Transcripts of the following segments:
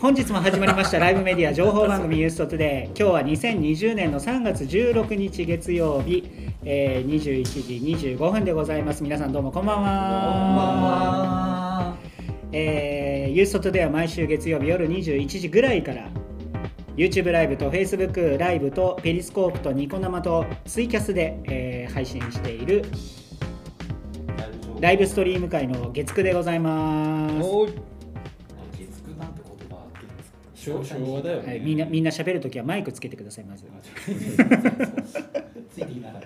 本日も始まりましたライブメディア情報番組ユーストトゥデイ。今日は2020年の3月16日月曜日、21時25分でございます。皆さんどうもこんばんは。ユーストトゥデイは毎週月曜日夜21時ぐらいから YouTube ライブと Facebook ライブとペリスコープとニコ生とツイキャスで、配信しているライブストリーム界の月9でございます。 月9なんて言葉昭和だよね、 はい、みんな喋るときはマイクつけてください。まずついていなか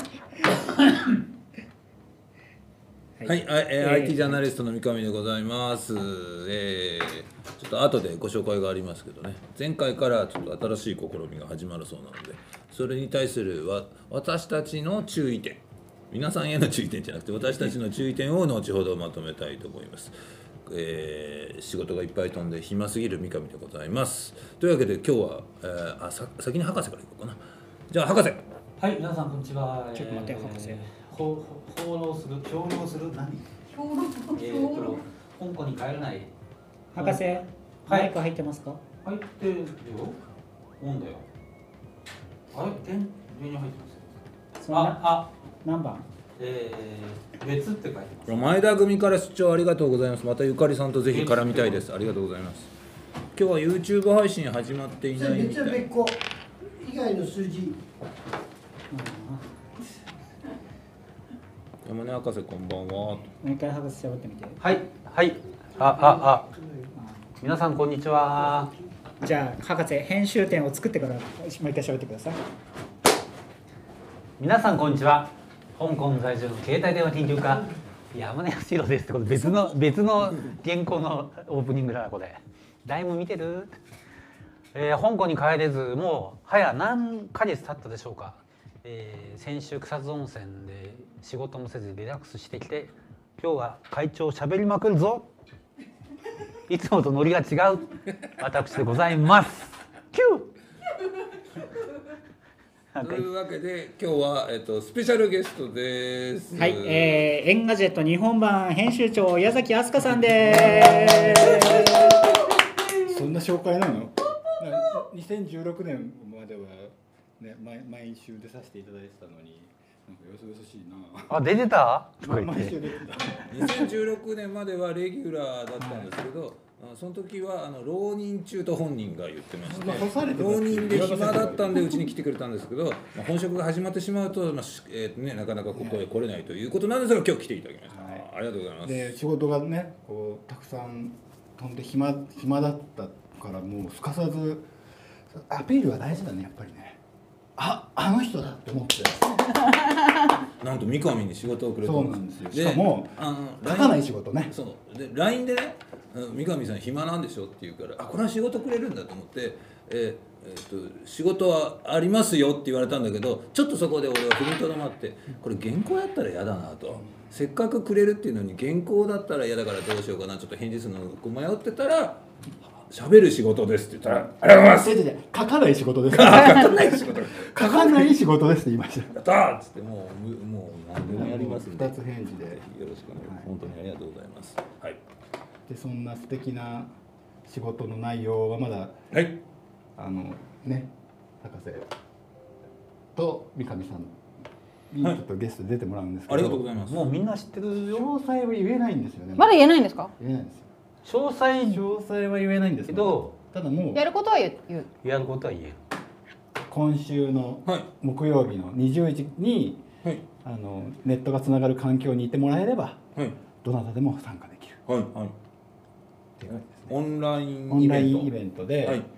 ったはい、IT ジャーナリストの三上でございます。ちょっと後でご紹介がありますけどね、前回からちょっと新しい試みが始まるそうなので、それに対する私たちの注意点、皆さんへの注意点じゃなくて私たちの注意点を後ほどまとめたいと思います。仕事がいっぱい飛んで暇すぎる三上でございます。というわけで今日は先に博士からいこうかな。じゃあ博士。 はい、皆さんこんにちは。 ちょっと待って博士。 評論する何？香港に帰らない。 博士、マイク入ってますか？ 入ってるよ。オンだよ。あれ、電源に入ってますよ。 何番？ 別って書いてます。 前田組から出張ありがとうございます。またゆかりさんとぜひ絡みたいです。ありがとうございます。今日は YouTube 配信始まっていないみたい。 別個以外の数字。 山根博士こんばんは。 もう一回博士喋ってみて。 はい。皆さんこんにちは。 じゃあ博士編集点を作ってからもう一回喋ってください。 皆さんこんにちは。香港在住の携帯電話研究家山根康弘ですってことで別の原稿のオープニングだなこれ。だいぶ見てる？香港に帰れずもう早何ヶ月経ったでしょうか。先週草津温泉で仕事もせずリラックスしてきて今日は会長喋りまくるぞ。いつもとノリが違う私でございます。キューというわけで今日は、スペシャルゲストです。 はい、エンガジェット日本版編集長矢崎飛鳥さんです。 そんな紹介なの？2016年までは、ね、毎週出させていただいてたのになんかよそよそしいな。 あ、出てた？ 毎週出てた。 2016年まではレギュラーだったんですけど、その時は浪人中と本人が言ってまして、浪人で暇だったんでうちに来てくれたんですけど、本職が始まってしまうと、なかなかここへ来れないということなんですが今日来ていただきました。ありがとうございます。 で仕事がねこうたくさん飛んで暇だったからもうすかさずアピールは大事だねやっぱりね。あの人だって思って。 なんと三上に仕事をくれたんですよ。しかも書かない仕事ね。 そうで LINE でね三上さん暇なんでしょって言うからこれは仕事くれるんだと思って、仕事はありますよって言われたんだけどちょっとそこで俺は踏みとどまってこれ原稿やったら嫌だなと、せっかくくれるっていうのに原稿だったら嫌だからどうしようかなちょっと返事するのを迷ってたら喋る仕事ですって言ったらありがとうございます。 書かない仕事です。 書かない仕事。 書かない仕事ですって言いました。 やったーっつってもう何でもやりますんで。 2つ返事でよろしくお願いします。本当にありがとうございます。はい。 でそんな素敵な仕事の内容はまだはい。 ね博士と三上さんにちょっとゲストで出てもらうんですけど、 ありがとうございます。 もうみんな知ってるよ。 詳細は言えないんですよね。 まだ言えないんですか？ 言えないんですよ。 詳細は言えないんですけどただもうやることは言う。 やることは言える。 今週のはい木曜日の20時に、 はい。 ネットがつながる環境にいてもらえれば、 はい。 どなたでも参加できるはい。はい。 っていう感じですね。 オンラインオンラインイベントで、 はい。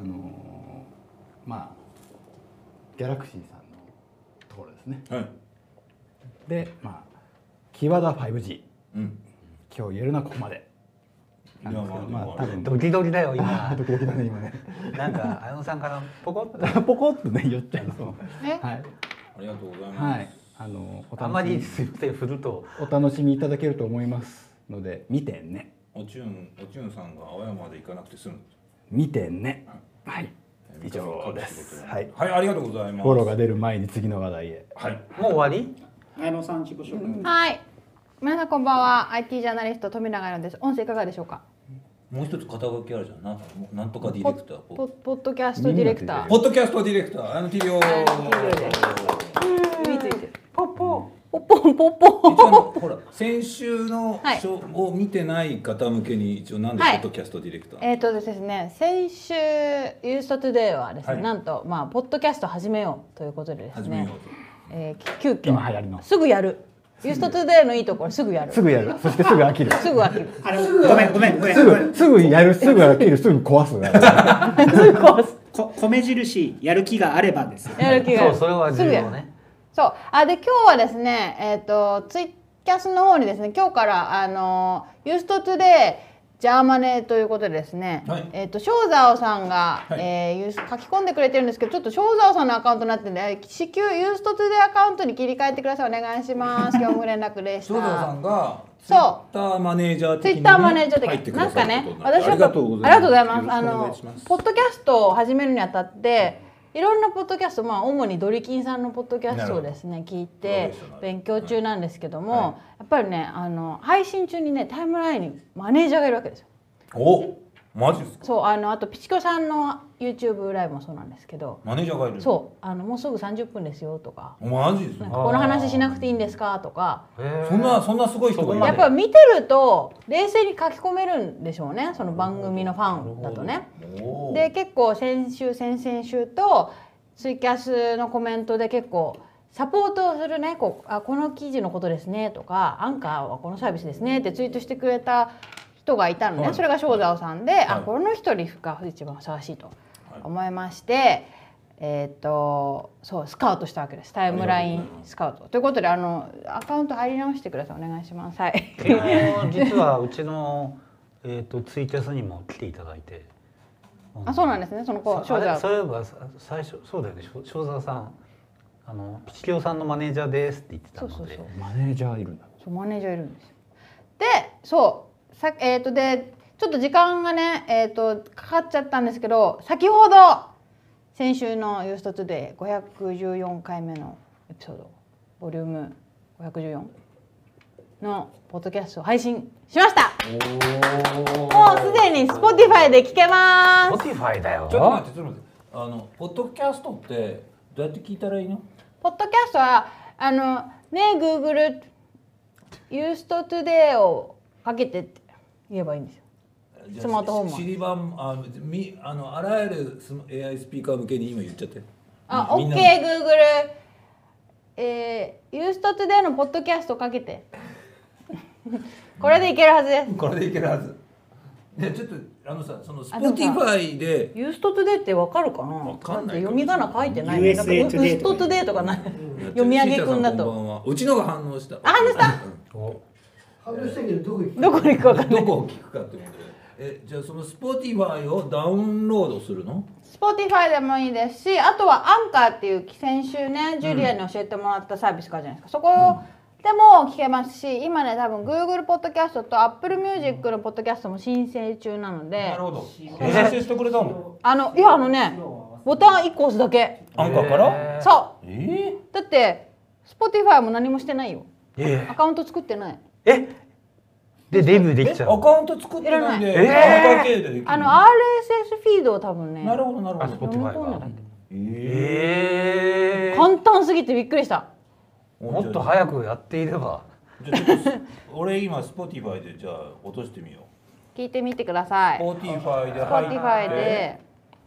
まあギャラクシーさんのところですね。 はい。 でまあキーワードは 5G。 うん。 今日言えるのはここまで。 いやまあ多分ドキドキだよ今。 ドキドキだね今ね。 なんか綾野さんからポコッとポコッとね言っちゃいそう。 え？ はいありがとうございます。 はい。 あまりすいません振るとお楽しみいただけると思いますので見てね。 おちゅんさんが青山まで行かなくて済む。 見てね。はい。以上です。はい。 はい、ありがとうございます。 フォローが出る前に次の話題へ。 はい。 もう終わり？ 綾野さん自己紹介。 はい。皆さんこんばんは。IT ジャーナリスト富永彩乃です。音声いかがでしょうか？ もう一つ肩書きあるじゃん。なんとかディレクター。 ポッドキャストディレクター。 ポッドキャストディレクター。TDO。 海ついてる。 ポッポポッポンポッポン。 一応ほら先週のはいショーを見てない方向けに一応なんでポはいッドキャストディレクター。 ですね、先週ユーストトゥデイはですね、 はいなんとポッドキャスト始めようということでですね始めようと。、 急遽今流行りのすぐやる。ユーストトゥデイのいいところすぐやる。 すぐやる、そしてすぐ飽きる、 すぐ飽きる。 ごめんすぐやる、すぐ飽きる、すぐ壊す。 すぐ壊す。 米印やる気があればですよ。 やる気がある。 そう、それは重すぐやる要ね。 そうで今日はですねツイキャスの方にですね今日からユーストトゥデイジャーマネということでですね、 はいショウザオさんが、 はい書き込んでくれてるんですけど、ちょっとショウザオさんのアカウントになってるんで至急ユーストトゥデイアカウントに切り替えてください。お願いします業務連絡でした。 ソダさんがツそうイッターマネージャー的にツイッターマネージャー的入ってくだなんかねさることにな私はってありがとうございます。 ありがとうございます。 よろしくお願いしますポッドキャストを始めるにあたっていろんなポッドキャスト、主にドリキンさんのポッドキャストをですね聞いて勉強中なんですけども、 はいやっぱりね配信中にねタイムラインにマネージャーがいるわけですよ。 お、マジですか。 そうあとピチキョさんの YouTube ライブもそうなんですけど、 マネージャーがいる。 そうもうすぐ30分ですよとか、 マジですか。 なんかこの話しなくていいんですかとか。 そんなすごい人がいる。 やっぱ見てると冷静に書き込めるんでしょうね、その番組のファンだとね。 おーで結構先々週とツイキャスのコメントで結構サポートをするね、この記事のことですねとか、アンカーはこのサービスですねってツイートしてくれた人がいたのね、 はいそれが正蔵さんで、 はいこの人が一番ふさわしいと思いまして、そうスカウトしたわけです。タイムラインスカウトということでアカウント入り直してください。お願いします。はい。 昨日実はうちのツイキャスにも来ていただいて。 あ、そうなんですね。その子正あれ蔵。 そういえば最初そうだよね。正蔵さんピチキョさんのマネージャーですって言ってたので。 そうそうそうマネージャーいるんだ。 そうマネージャーいるんですよ。で、そうでちょっと時間がねかかっちゃったんですけど、先ほど先週のユーストトゥデイ514回目のエピソードボリューム514のポッドキャストを配信しました。もうすでに Spotify で聞けます。 Spotify だよ。 ちょっと待って、ポッドキャストってどうやって聞いたらいいの？ ポッドキャストはGoogle ユーストトゥデイをかけてって言えばいいんですよ。スマートフォンもシリバンあらゆるAI スピーカー向けに今言っちゃって。 OK みんな Google ユーストトゥデイのポッドキャストかけてこれでいけるはずです。 これでいけるはず。でちょっとその Spotify でユーストトゥデイってわかるかな。 わかんないだって読み仮名書いてない。 USA なんかユー Today ストトゥデイとかない。読み上げくんだしーちゃんさんこんばと。 んは。うちのが反応した。 あ、反応した。 反応したけどどこ行くどこに行くかわかんない。 どこを聞くかってことで。じゃあその Spotify をダウンロードするの Spotify でもいいですし、あとはアンカーっていう先週ねジュリアに教えてもらったサービスがあるじゃないですか。そこでも聞けますし、今ね多分 Google ポッドキャストと Apple Music のポッドキャストも申請中なので、 ほど。申請してくれたの？ いやボタン1個押すだけ。 アンカーから？ そうえだって Spotify も何もしてないよ。 えアカウント作ってない。 でデビューできちゃう。 アカウント作ってないんで、 いらアンカー経由でできるの？ RSS フィードを多分ねなるほどなるほど。 読み込んだだけ。簡単すぎてびっくりした。 もっと早くやっていれば。 じゃあちょっと俺今 Spotify でじゃあ落としてみよ聞いてみてください。 う。Spotify で入って Spotify で。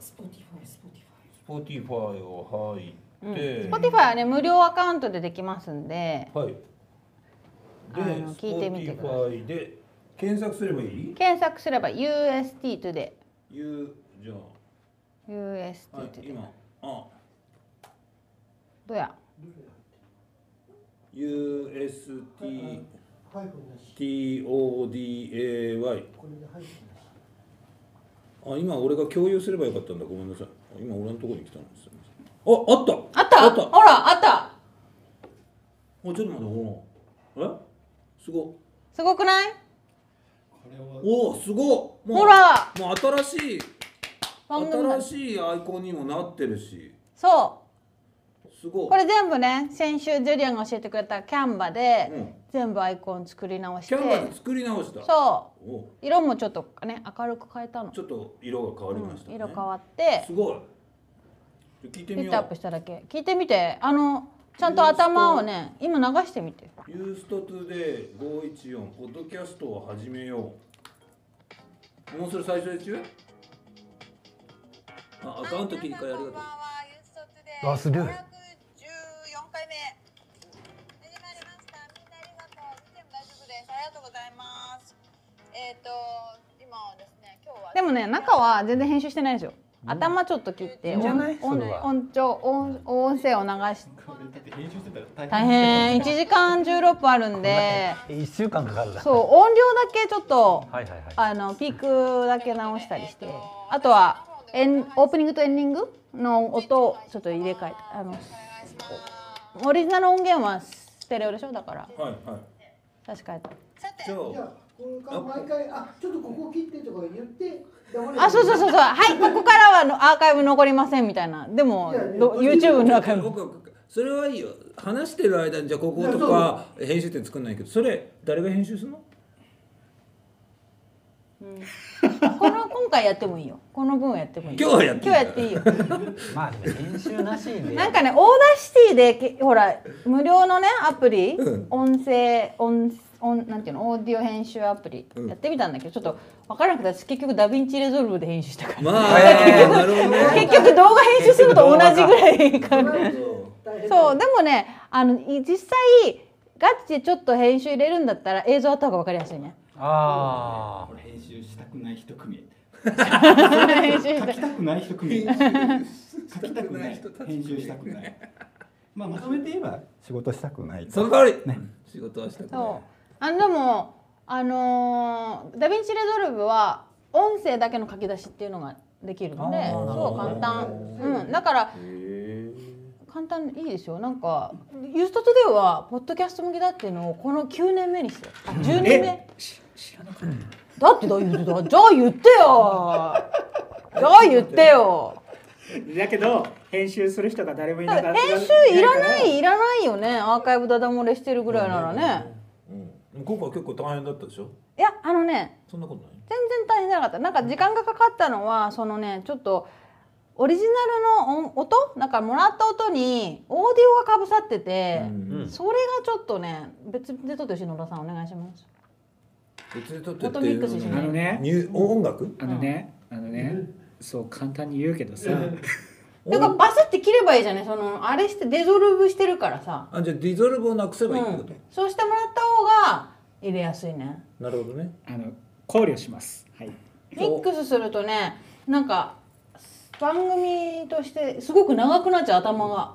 Spotify を入って、 Spotify はね無料アカウントでできますんで、 はい。で聞いてみてください。 Spotify で検索すればいい？ 検索すれば UST Today。 じゃ UST あ、はい、 Today。 今どうや。 UST ハイフンなし TODAY。 これでハイフンなし今俺が共有すればよかったんだ。ごめんなさい。今俺のところに来たんですよ。あったあったあった。 ほらあったちょっと待って、ほら。すご。 すごくない？ おお、すご。もうほらもう新しい番組だ新しいアイコンにもなってるし。 そすごい。 これ全部ね先週ジュリアンが教えてくれたキャンバで全部アイコン作り直してキャンバーで作り直した。 そうお色もちょっとね明るく変えたの、 ちょっと色が変わりましたね。 色変わってすごい。聞いてみよヒットアップしただけ聞いてみてちゃんと頭をね今流してみて。 う。ユーストトゥデイ514ポッドキャストを始めよう。もうそれ最初で中？アカウント切り替えありがとう。 あ、すごい。 514回目始まりました。みんなありがとう。見ても大丈夫です。ありがとうございます。今はですね、今日はでもね中は全然編集してないですよ。頭ちょっと切っていいじゃないそれは音声を流しこれだって編集してたら大変1時間16分あるんで 1週間かかるだ。 そう音量だけちょっとはいはいはい。 ピークだけ直したりしてあとはオープニングとエンディングの音をちょっと入れ替えてオリジナル音源はステレオでしょだからはいはい。 差し替えた。 じゃじゃあこれから毎回ちょっとここ切ってとか言ってそうはいここからはアーカイブ残りませんみたいなでもYouTube のアーカイブ僕それはいいよ。話してる間にじゃあこことか編集点作んないけど、それ誰が編集するの？ 今回やってもいいよこの分やってもいい今日はやっていい今日やっていいよまあでも編集なしで。 なんかねオーダーシティでほら無料のねアプリ、音声なんていうのオーディオ編集アプリやってみたんだけどちょっと分からなくて私結局ダヴィンチレゾルブで編集したから、 まあなるほどね。 結局動画編集するのと同じぐらいかそうでもね実際ガチでちょっと編集入れるんだったら映像あった方が分かりやすいねあこれ編集したくない人組編集した書きたくない人組書きたくない編集したくないまとめて言えば仕事したくないその代わり仕事はしたくない。 そうでもダヴィンチレゾルブは音声だけの書き出しっていうのができるのでそう簡単、だから簡単いいですよなんかユーストトゥデイはポッドキャスト向きだっていうのをこの9年目にして10年目知らなかった。 だってじゃあ言ってよだけど編集する人が誰もいなかった。 編集いらないよねアーカイブダダ漏れしてるぐらいならね今回結構大変だったでしょ？ いやそんなことない？ 全然大変じゃなかったなんか時間がかかったのはそのねちょっとオリジナルの音なんかもらった音にオーディオがかぶさってて、それがちょっとね別で撮ってほしい野田さんお願いします別で撮ってって音ミックスしない音楽？ そう簡単に言うけどさ。 だからバスって切ればいいじゃないあれしてデゾルブしてるからさじゃあディゾルブをなくせばいいってこと？ そうしてもらった方が入れやすいねなるほどね。 考慮します。はい。 ミックスするとねなんか番組としてすごく長くなっちゃう頭が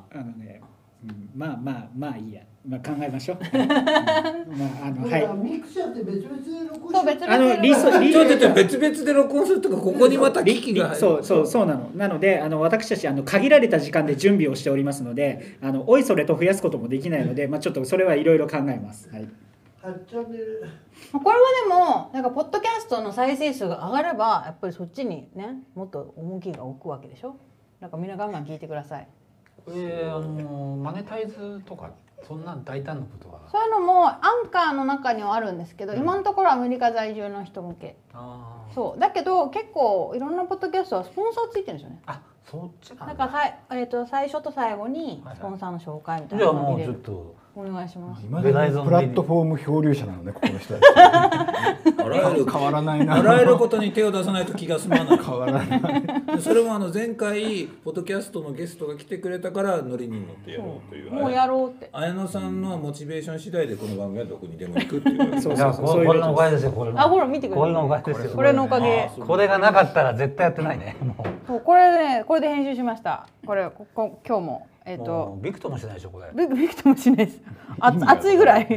まあいいや。考えましょう。 はい。ミクシャって別々で録音して。 別々でちょ別々で録音するとかここにまた機器が入る。 そうなの。なので私たち限られた時間で準備をしておりますのでおいそれと増やすこともできないのでちょっとそれはいろいろ考えます。はい。 8チャンネル。 これはでもなんかポッドキャストの再生数が上がればやっぱりそっちにねもっと重きが置くわけでしょなんかみんなガンガン聞いてくださいこれマネタイズとかそんな大胆なことは。 そういうのもアンカーの中にはあるんですけど、今のところアメリカ在住の人向けそうだけど結構いろんなポッドキャストはスポンサーついてるんですよねそっちかなんか最初と最後にスポンサーの紹介みたいじゃあもうなのを入れるちょっとお願いします今でもプラットフォーム漂流者なのねここの人たちあらゆる変わらないなあらゆることに手を出さないと気が済まない。 変わらないそれも前回ポッドキャストのゲストが来てくれたからノリに乗ってやろうという。 もうやろうって綾野さんのモチベーション次第でこの番組はどこにでも行くっていう。 そういやこれのおかげですよこれの。 ほら見てくれこれのおかげですよ。 これのおかげこれがなかったら絶対やってないね。もそうこれで編集しましたこれ今日もうビクともしないでしょこれ。 ビクともしないです熱いぐらい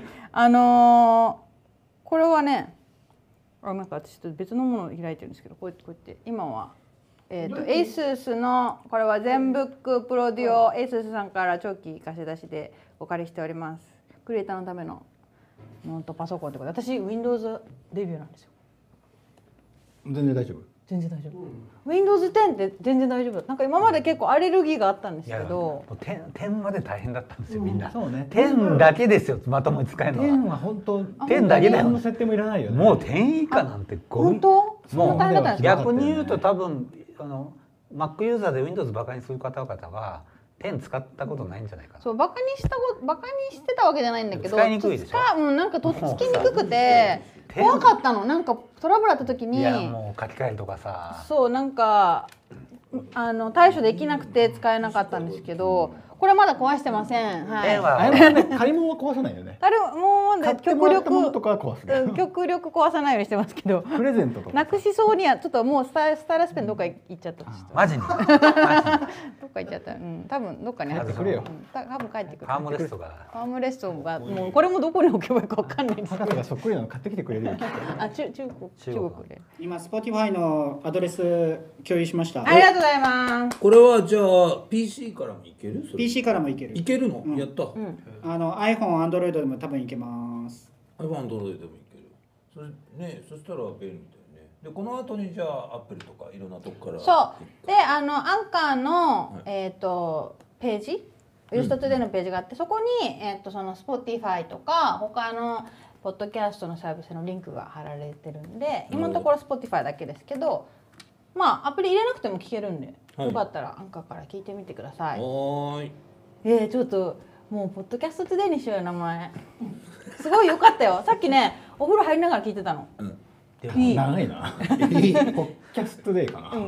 これはねなんか私ちょっと別のものを開いてるんですけどこうやって今はASUS のこれは全ブックプロデュオ ASUS さんから長期貸し出しでお借りしておりますクリエイターのためのノートパソコンってことで私 Windows デビューなんですよ全然大丈夫全然大丈夫。Windows 10って全然大丈夫。なんか今まで結構アレルギーがあったんですいやけど、 もう10まで大変だったんですよみんな。 そうね。 10だけですよまともに使えるの 10 は。 は本当 10だけだよ何の設定もいらないよね。 もう10以下なんて本当？そんな大変だったんですか？ 逆に言うと多分Mac ユーザーで Windows バカにする方々は10使ったことないんじゃないかな。 そうバカにしてたわけじゃないんだけど、 使いにくいでしょ。 なんかとっつきにくくて怖かったの。なんかトラブルあった時に、 いやもう書き換えるとかさ。 そうなんか対処できなくて使えなかったんですけど、これまだ壊してません。はい。 10はあれもね、借り物は壊さないよね。 あれもう買ってもらったものとかは壊すね。 極力壊さないようにしてますけど、 プレゼントとか。 なくしそうにはちょっともうスタイラスペンどっか行っちゃった。 マジに。 どっか行っちゃった。多分どっかに入ってくれよ。 多分帰ってくる。 ファームレストが。 ファームレストがもうこれもどこに置けばいいかわかんないです。 博士がそっくりなの買ってきてくれるよ。 あ、中国で。 今 Spotify のアドレス共有しました。 ありがとうございます。 これはじゃあ PC からもいける？それ PC からもいける。 いけるの？やった。 iPhone、Android でも多分いけます。 iPhone、Android でもいける。それね、そしたら便利だよね。でこの後にじゃあ Apple とかいろんなとこから。 そうでアンカーのページ、ユーストトゥデイのページがあって、そこにその Spotify とか他のポッドキャストのサービスのリンクが貼られてるんで、今のところ Spotify だけですけど、まあアプリ入れなくても聞けるんで、よかったらアンカーから聞いてみてください。 はーい。 ちょっともうポッドキャストトゥデイにしようよ名前。すごい良かったよ。さっきねお風呂入りながら聞いてたの。いい。 長いな。ポッキャストデイかな。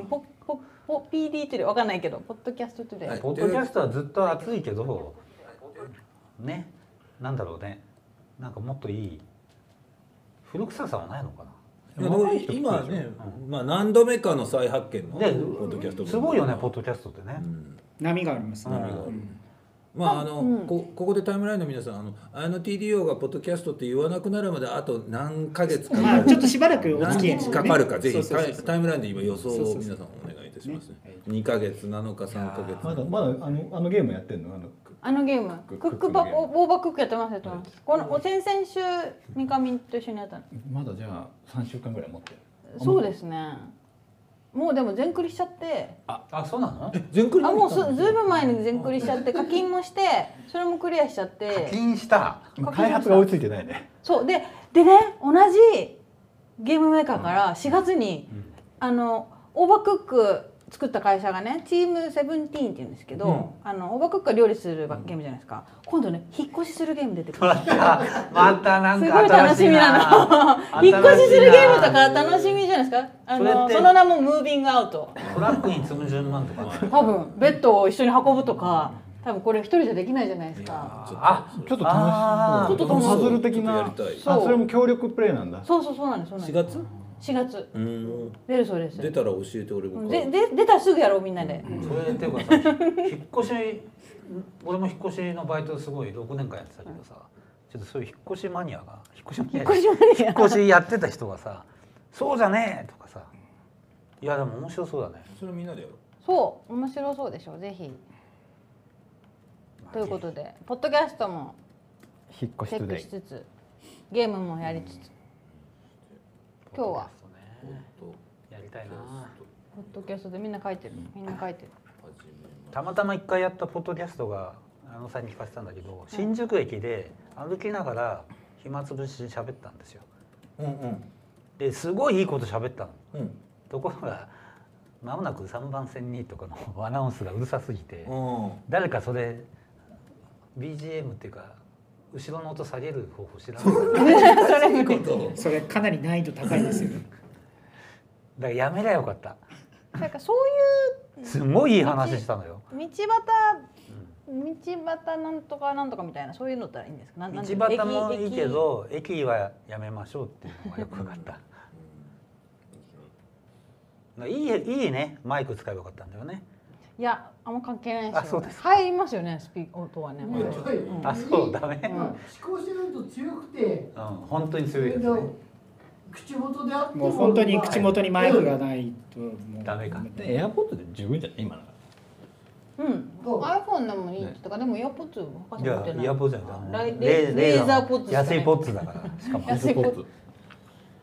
PD ってわかんないけど、ポッドキャストトゥデイ。 ポッドキャストはずっと熱いけど、ね、なんだろうね、なんかもっといい古臭さはないのかな。 今ね、まあ何度目かの再発見のポッドキャスト。 すごいよねポッドキャストってね。 波がありますね。 まあここでタイムラインの皆さんTDO がポッドキャストって言わなくなるまであと何ヶ月かまあちょっとしばらくお付き合いかかるか、ぜひタイムラインで今予想を皆さんお願いいたしますね。2ヶ月なのか3ヶ月。 まだあのゲームやってんの？ あのゲームクックパックオーバークックやってますよ。この先々週三上と一緒にやったの。 まだじゃあ3週間ぐらい持ってる。 そうですね。もうでも全クリしちゃって。 あ、そうなの？ 全クリ？ もうずいぶん前に全クリしちゃって課金もしてそれもクリアしちゃって。 課金した。 開発が追いついてないね。 そうでね、同じゲームメーカーから4月にオーバークック作った会社がね、チーム17って言うんですけど、オーバークックが料理するゲームじゃないですか。今度ね、引っ越しするゲーム出てくる。 またなんかすごい楽しみなの。引っ越しするゲームとか楽しみじゃないですか。その名もムービングアウト。 トラックに積む順番とか。 多分ベッドを一緒に運ぶとか、多分これ一人じゃできないじゃないですか。 ちょっと楽しそう。パズル的な。それも協力プレイなんだ。 そうなんです。 4月 ？4月。出るそうです。 出たら教えて俺も。 出たらすぐやろうみんなで。 それっていうかさ、引っ越し、俺も引っ越しのバイトすごい6年間やってたけどさ、ちょっとそういう引っ越しマニアが引っ越しやってた人がさ、そうじゃねえとかさ、いやでも面白そうだね。 それみんなでやろう。 そう面白そうでしょ。ぜひ。ということで、ポッドキャストも引っ越チェックしつつ、ゲームもやりつつ。今日はやりたいな。 ポッドキャストでみんな書いてる。 たまたま一回やったポッドキャストがさんに聞かせたんだけど、新宿駅で歩きながら暇つぶし喋ったんですよ。ですごいいいこと喋ったの。ところがまもなく3番線にとかのアナウンスがうるさすぎて、誰かそれ BGM っていうか後ろの音下げる方法知らないそれかなり難易度高いですよ。 だからやめりゃよかった。 なんかそういうすごいいい話したのよ。 道端なんとかなんとかみたいな、そういうのだったらいいんですか？ 道端もいいけど駅はやめましょうっていうのがよく分かった。いいね、マイク使えばよかったんだよね。 いや、あんま関係ないですよ。 あ、そうです。 入りますよね、音はね。 あ、そうダメ。 思考してると強くて、 本当に強いですね。 口元であってもう本当に口元にマイクがないともうダメか。 エアポッドで十分じゃない今なら。 iPhone でもいいとか、でもイヤポッツ他に持ってない。 イヤポッツじゃない。 レーザーポッツ。 安いポッツだから。しかも安いポッツ。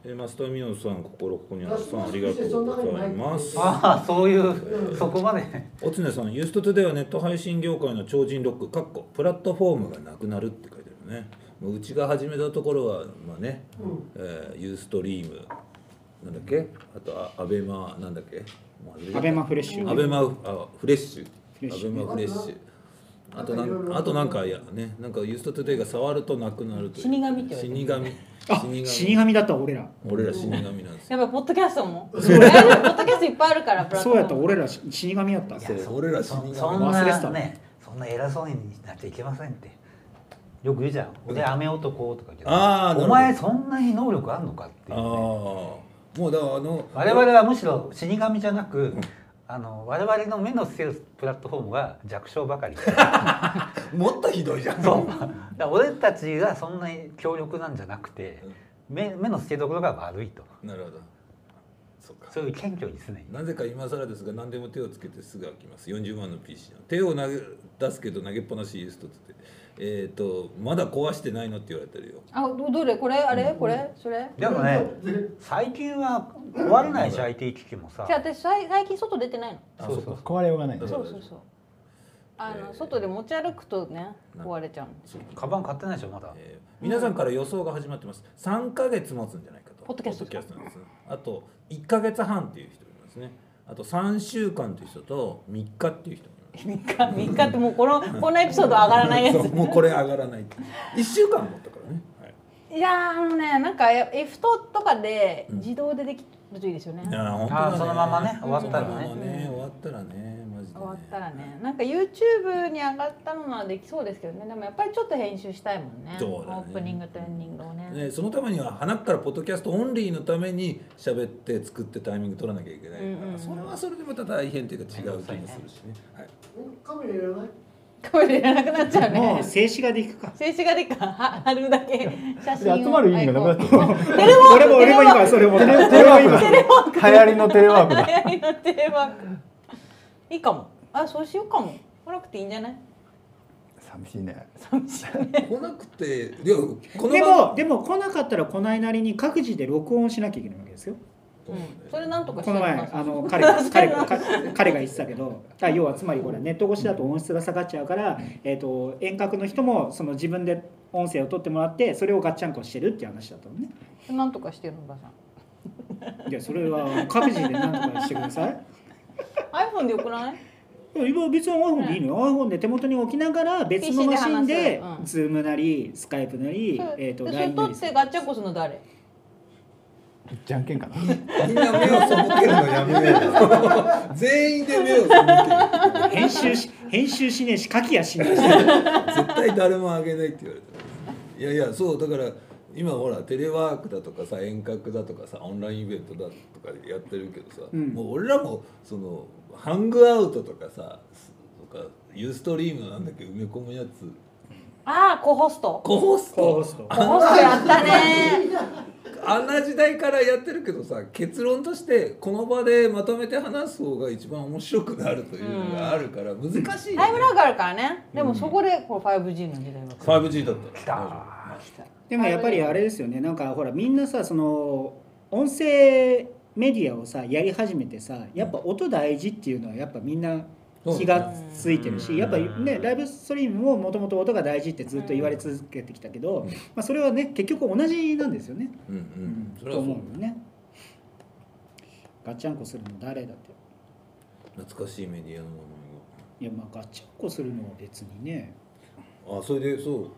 マスターミノさん、心ここにあるさん、ありがとうございます。 ああ、そういう、そこまで。 おつねさん、ユーストトゥデイはネット配信業界の超人ロック、プラットフォームがなくなるって書いてあるね。もううちが始めたところは、まあね、ユーストリーム、なんだっけ、あとアベマ、なんだっけ、 アベマフレッシュ。 アベマフレッシュ。アベマフレッシュ。あとなんかやね、なんかユーストトゥデイが触るとなくなるという。 死神って言われてる。 死神。 死神だった俺ら死神なんですよ。 やっぱポッドキャストも。ポッドキャストいっぱいあるから。 そうやった俺ら死神やった。 俺ら死神。 そんなね、そんな偉そうになっちゃいけませんって。よく言うじゃん。俺雨男とか言って。お前そんなに能力あんのかっていう、ね。もうだ我々はむしろ死神じゃなく。我々の目のつけるプラットフォームが弱小ばかりもっとひどいじゃん。 そうだ俺たちがそんなに強力なんじゃなくて、目の付けどころが悪いと。 なるほど。 そういう謙虚にですね。 なぜか今更ですが何でも手をつけてすぐ開きます。40万の PC の手を投げ出すけど投げっぱなしユーストってまだ壊してないのって言われてるよ。 あ、どれこれあれこれそれ。 でもね、最近は壊れないし IT 機器もさ。 じゃあ私最近外出てないの。 そうそう壊れようがない。 そう。外で持ち歩くとね壊れちゃう。 カバン買ってないでしょまだ。 皆さんから予想が始まってます。3ヶ月持つんじゃないかと。 ポッドキャストなんです。あと1ヶ月半っていう人いますね。あと3週間っていう人と3日っていう人。 3日ってもうこのエピソード上がらないやつ。 もうこれ上がらない。1週間持ったからね。 いやなんかFトとかで自動でできるといいですよね。 いや本当そのままね終わったらね。 終わったらねマジで。 終わったらね。なんか YouTube に上がったのはできそうですけどね。でもやっぱりちょっと編集したいもんね。オープニングとエンディングをね。 そのためには鼻からポッドキャストオンリーのために喋って作ってタイミング取らなきゃいけないから、それはそれでまた大変っていうか違う気もするしね。 カメラいらない？ カメラいらなくなっちゃうね。 もう静止画でいくか。 静止画でいくか。貼るだけ写真を。 集まる意味がなくなっちゃう。 俺も今それもテレワーク。流行りのテレワークだ。 流行りのテレワーク。いいかも。そうしようかも。来なくていいんじゃない？ 寂しいね。 来なくてでも来なかったら来ないなりに各自で録音しなきゃいけないわけですよ。 それなんとかこの前彼が言ってたけど、要はつまりこれネット越しだと音質が下がっちゃうから、遠隔の人もその自分で音声を取ってもらってそれをガッチャンコしてるっていう話だったのね。 なんとかしてるのばさん。 いやそれは各自でなんとかしてください。 iPhone でよくない？ 今別に iPhone でいいのよ。iPhone で手元に置きながら別のマシンで Zoom なり Skype なりそれ LINE 取なりってガッチャンコするの誰？ じゃんけんかな。 みんな目を背けるのやめよう。全員で目を背ける。 編集しねえし書きやしねえし。 絶対誰もあげないって言われてる。いやそうだから今ほらテレワークだとかさ遠隔だとかさオンラインイベントだとかやってるけどさ、もう俺らもそのハングアウトとかさとかユーストリームのなんだっけ埋め込むやつ。 コホストやったね。 あんな時代からやってるけどさ結論としてこの場でまとめて話す方が一番面白くなるというのがあるから難しい、 タイムラグあるからね。でもそこでこう 5G の時代は 5G だったらでもやっぱりあれですよね。なんかほらみんなさその音声メディアをさやり始めてさやっぱ音大事っていうのはやっぱみんな気がついてるし、やっぱねライブストリームももともと音が大事ってずっと言われ続けてきたけど、それはね結局同じなんですよね。と思うよね。ガッチャンコするの誰だって。 懐かしいメディアのものいやガッチャンコするのは別にね。 それでそう、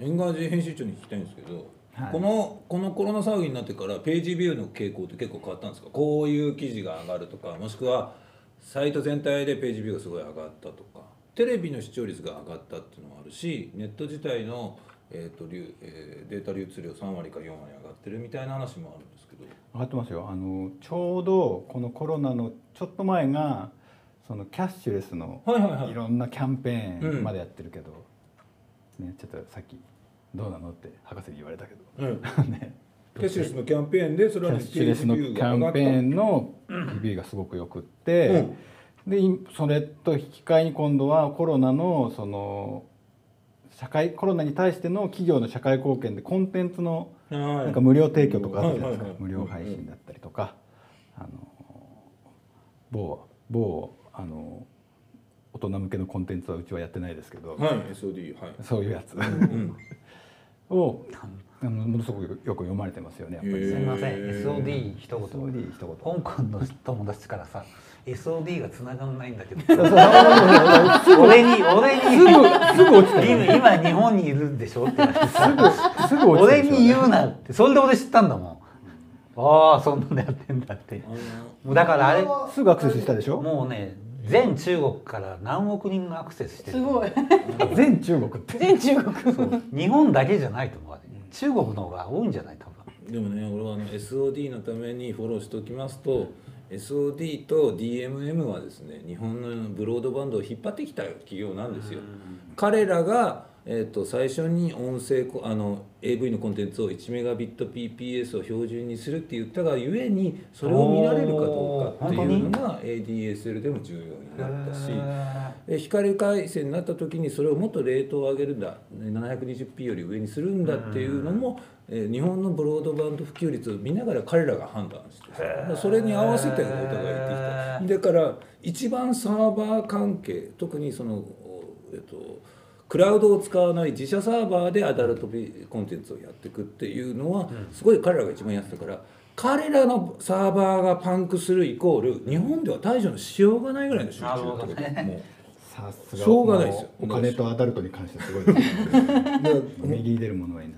エンガージ編集長に聞きたいんですけど、このコロナ騒ぎになってからページビューの傾向って結構変わったんですか？こういう記事が上がるとか、もしくはサイト全体でページビューがすごい上がったとか、テレビの視聴率が上がったっていうのもあるし、ネット自体の、データ流通量3割か4割上がってるみたいな話もあるんですけど。 上がってますよ。ちょうどこのコロナのちょっと前がそのキャッシュレスのいろんなキャンペーンまでやってるけど、ね、ちょっとさっきどうなのって博士に言われたけど、ね、 キャッシュレスのキャンペーンでそれはキャッシュレスのキャンペーンのリビューがすごくよくって、でそれと引き換えに今度はコロナのそのコロナに対しての企業の社会貢献でコンテンツのなんか無料提供とかあるじゃないですか、無料配信だったりとか、某大人向けのコンテンツはうちはやってないですけど、 SOD、 そういうやつをものすごくよく読まれてますよね、やっぱり。 すみません、SOD 一言。 SOD 一言。 香港の友達からさ、SOD が繋がんないんだけど。俺にすぐ落ちたよね。 今日本にいるんでしょって言われてさ、 すぐ落ちた俺でしょに言うなって、それで俺知ったんだもん。ああ、そんなのやってんだって。もうだからあれすぐアクセスしたでしょ。 もうね、全中国から何億人がアクセスしてる。 すごい。 全中国って。 全中国。 そう日本だけじゃないと思う。中国の方が多いんじゃない多分。 でもね、俺はSOD のためにフォローしておきますと、SOD と DMM はですね、日本のブロードバンドを引っ張ってきた企業なんですよ。彼らが最初に音声AV のコンテンツを1メガビット PPS を標準にするって言ったがゆえに、それを見られるかどうかっていうのが ADSL でも重要になったし、光回線になった時にそれをもっとレートを上げるんだ、 720p より上にするんだっていうのも、日本のブロードバンド普及率を見ながら彼らが判断して、それに合わせてお互い言ってきた。だから一番サーバー関係、特にクラウドを使わない自社サーバーでアダルトコンテンツをやっていくっていうのはすごい彼らが一番やってたから、彼らのサーバーがパンクするイコール日本では対処のしようがないぐらいの集中ってこと、もうさすがしょうがないですよ。 お金とアダルトに関してすごいですね。右に出る者はいない。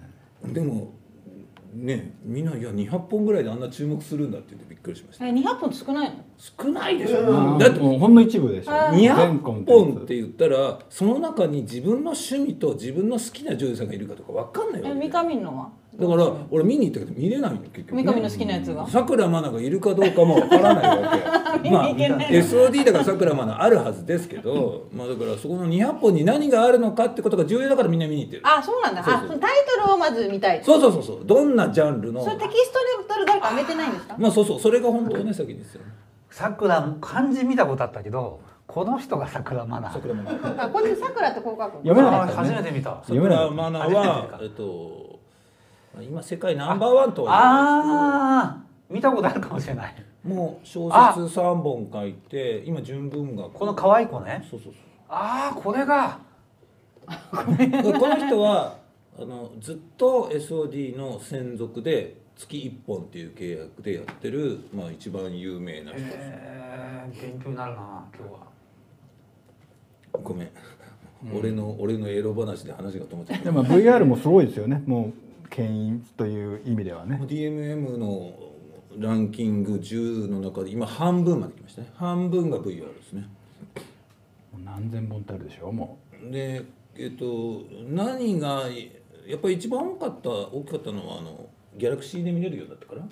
でもね、みんな、いや200本ぐらいであんな注目するんだって言ってびっくりしました。 200本少ないの？ 少ないでしょ。だってもうほんの一部でしょ。 200本って言ったら、その中に自分の趣味と自分の好きな女優さんがいるかとか分かんないわけ。 三上のは？ だから俺見に行ったけど見れないの結局、 三上の好きなやつが？ さくらまながいるかどうかも分からないわけ。まあ SOD だからさくらまなあるはずですけど、まあだからそこの200本に何があるのかってことが重要だからみんな見に行ってる。 あ、そうなんだ。そのタイトルをまず見たい。 そうどんなジャンルの。 それテキストで誰か埋めてないんですか？ まあそうそれが本当ね、先ですよね。 さくら漢字見たことあったけど、この人がさくらまな。 ここでさくらってこう書く。 読めなかったね。 初めて見た。 さくらまなは今世界ナンバーワンとは言われてる。見たことあるかもしれない。 もう小説3本書いて、今純文学。 この可愛い子ね。 そうこれが。 この人はずっと SOD の専属で月1本っていう契約でやってる、まあ一番有名な人です。 勉強になるな今日は。 ごめん、俺のエロ話で話が止まっちゃった。 でも VR もすごいですよね。もう牽引という意味ではね。 DMM のランキング10の中で今半分まで来ましたね。半分が VR ですね。 何千本ってあるでしょもう。で何がやっぱり一番大きかったのはギャラクシーで見れるようになったから。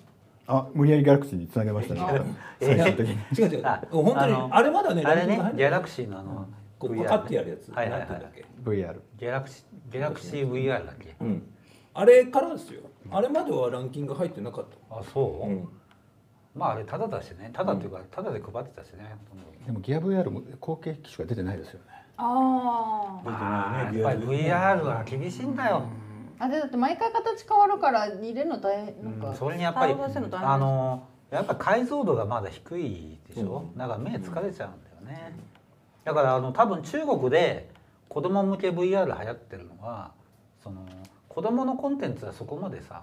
無理やりギャラクシーにつなげましたね。 最終的に。違う本当にあれまだね、 あれね、ギャラクシーのこうパカってやるやつ。 VR。 ギャラクシー VR だっけ。 あれからですよ。あれまではランキング入ってなかった。 あ、そう。まああれタダだしね、タダっていうかタダで配ってたしね。 でもギア VR も後継機種が出てないですよね。 やっぱり VR は厳しいんだよ。 だって毎回形変わるから入れるの大変なんか。 それにやっぱりやっぱ解像度がまだ低いでしょ。だから目疲れちゃうんだよね。だから多分中国で子供向け VR 流行ってるのは子供のコンテンツはそこまでさ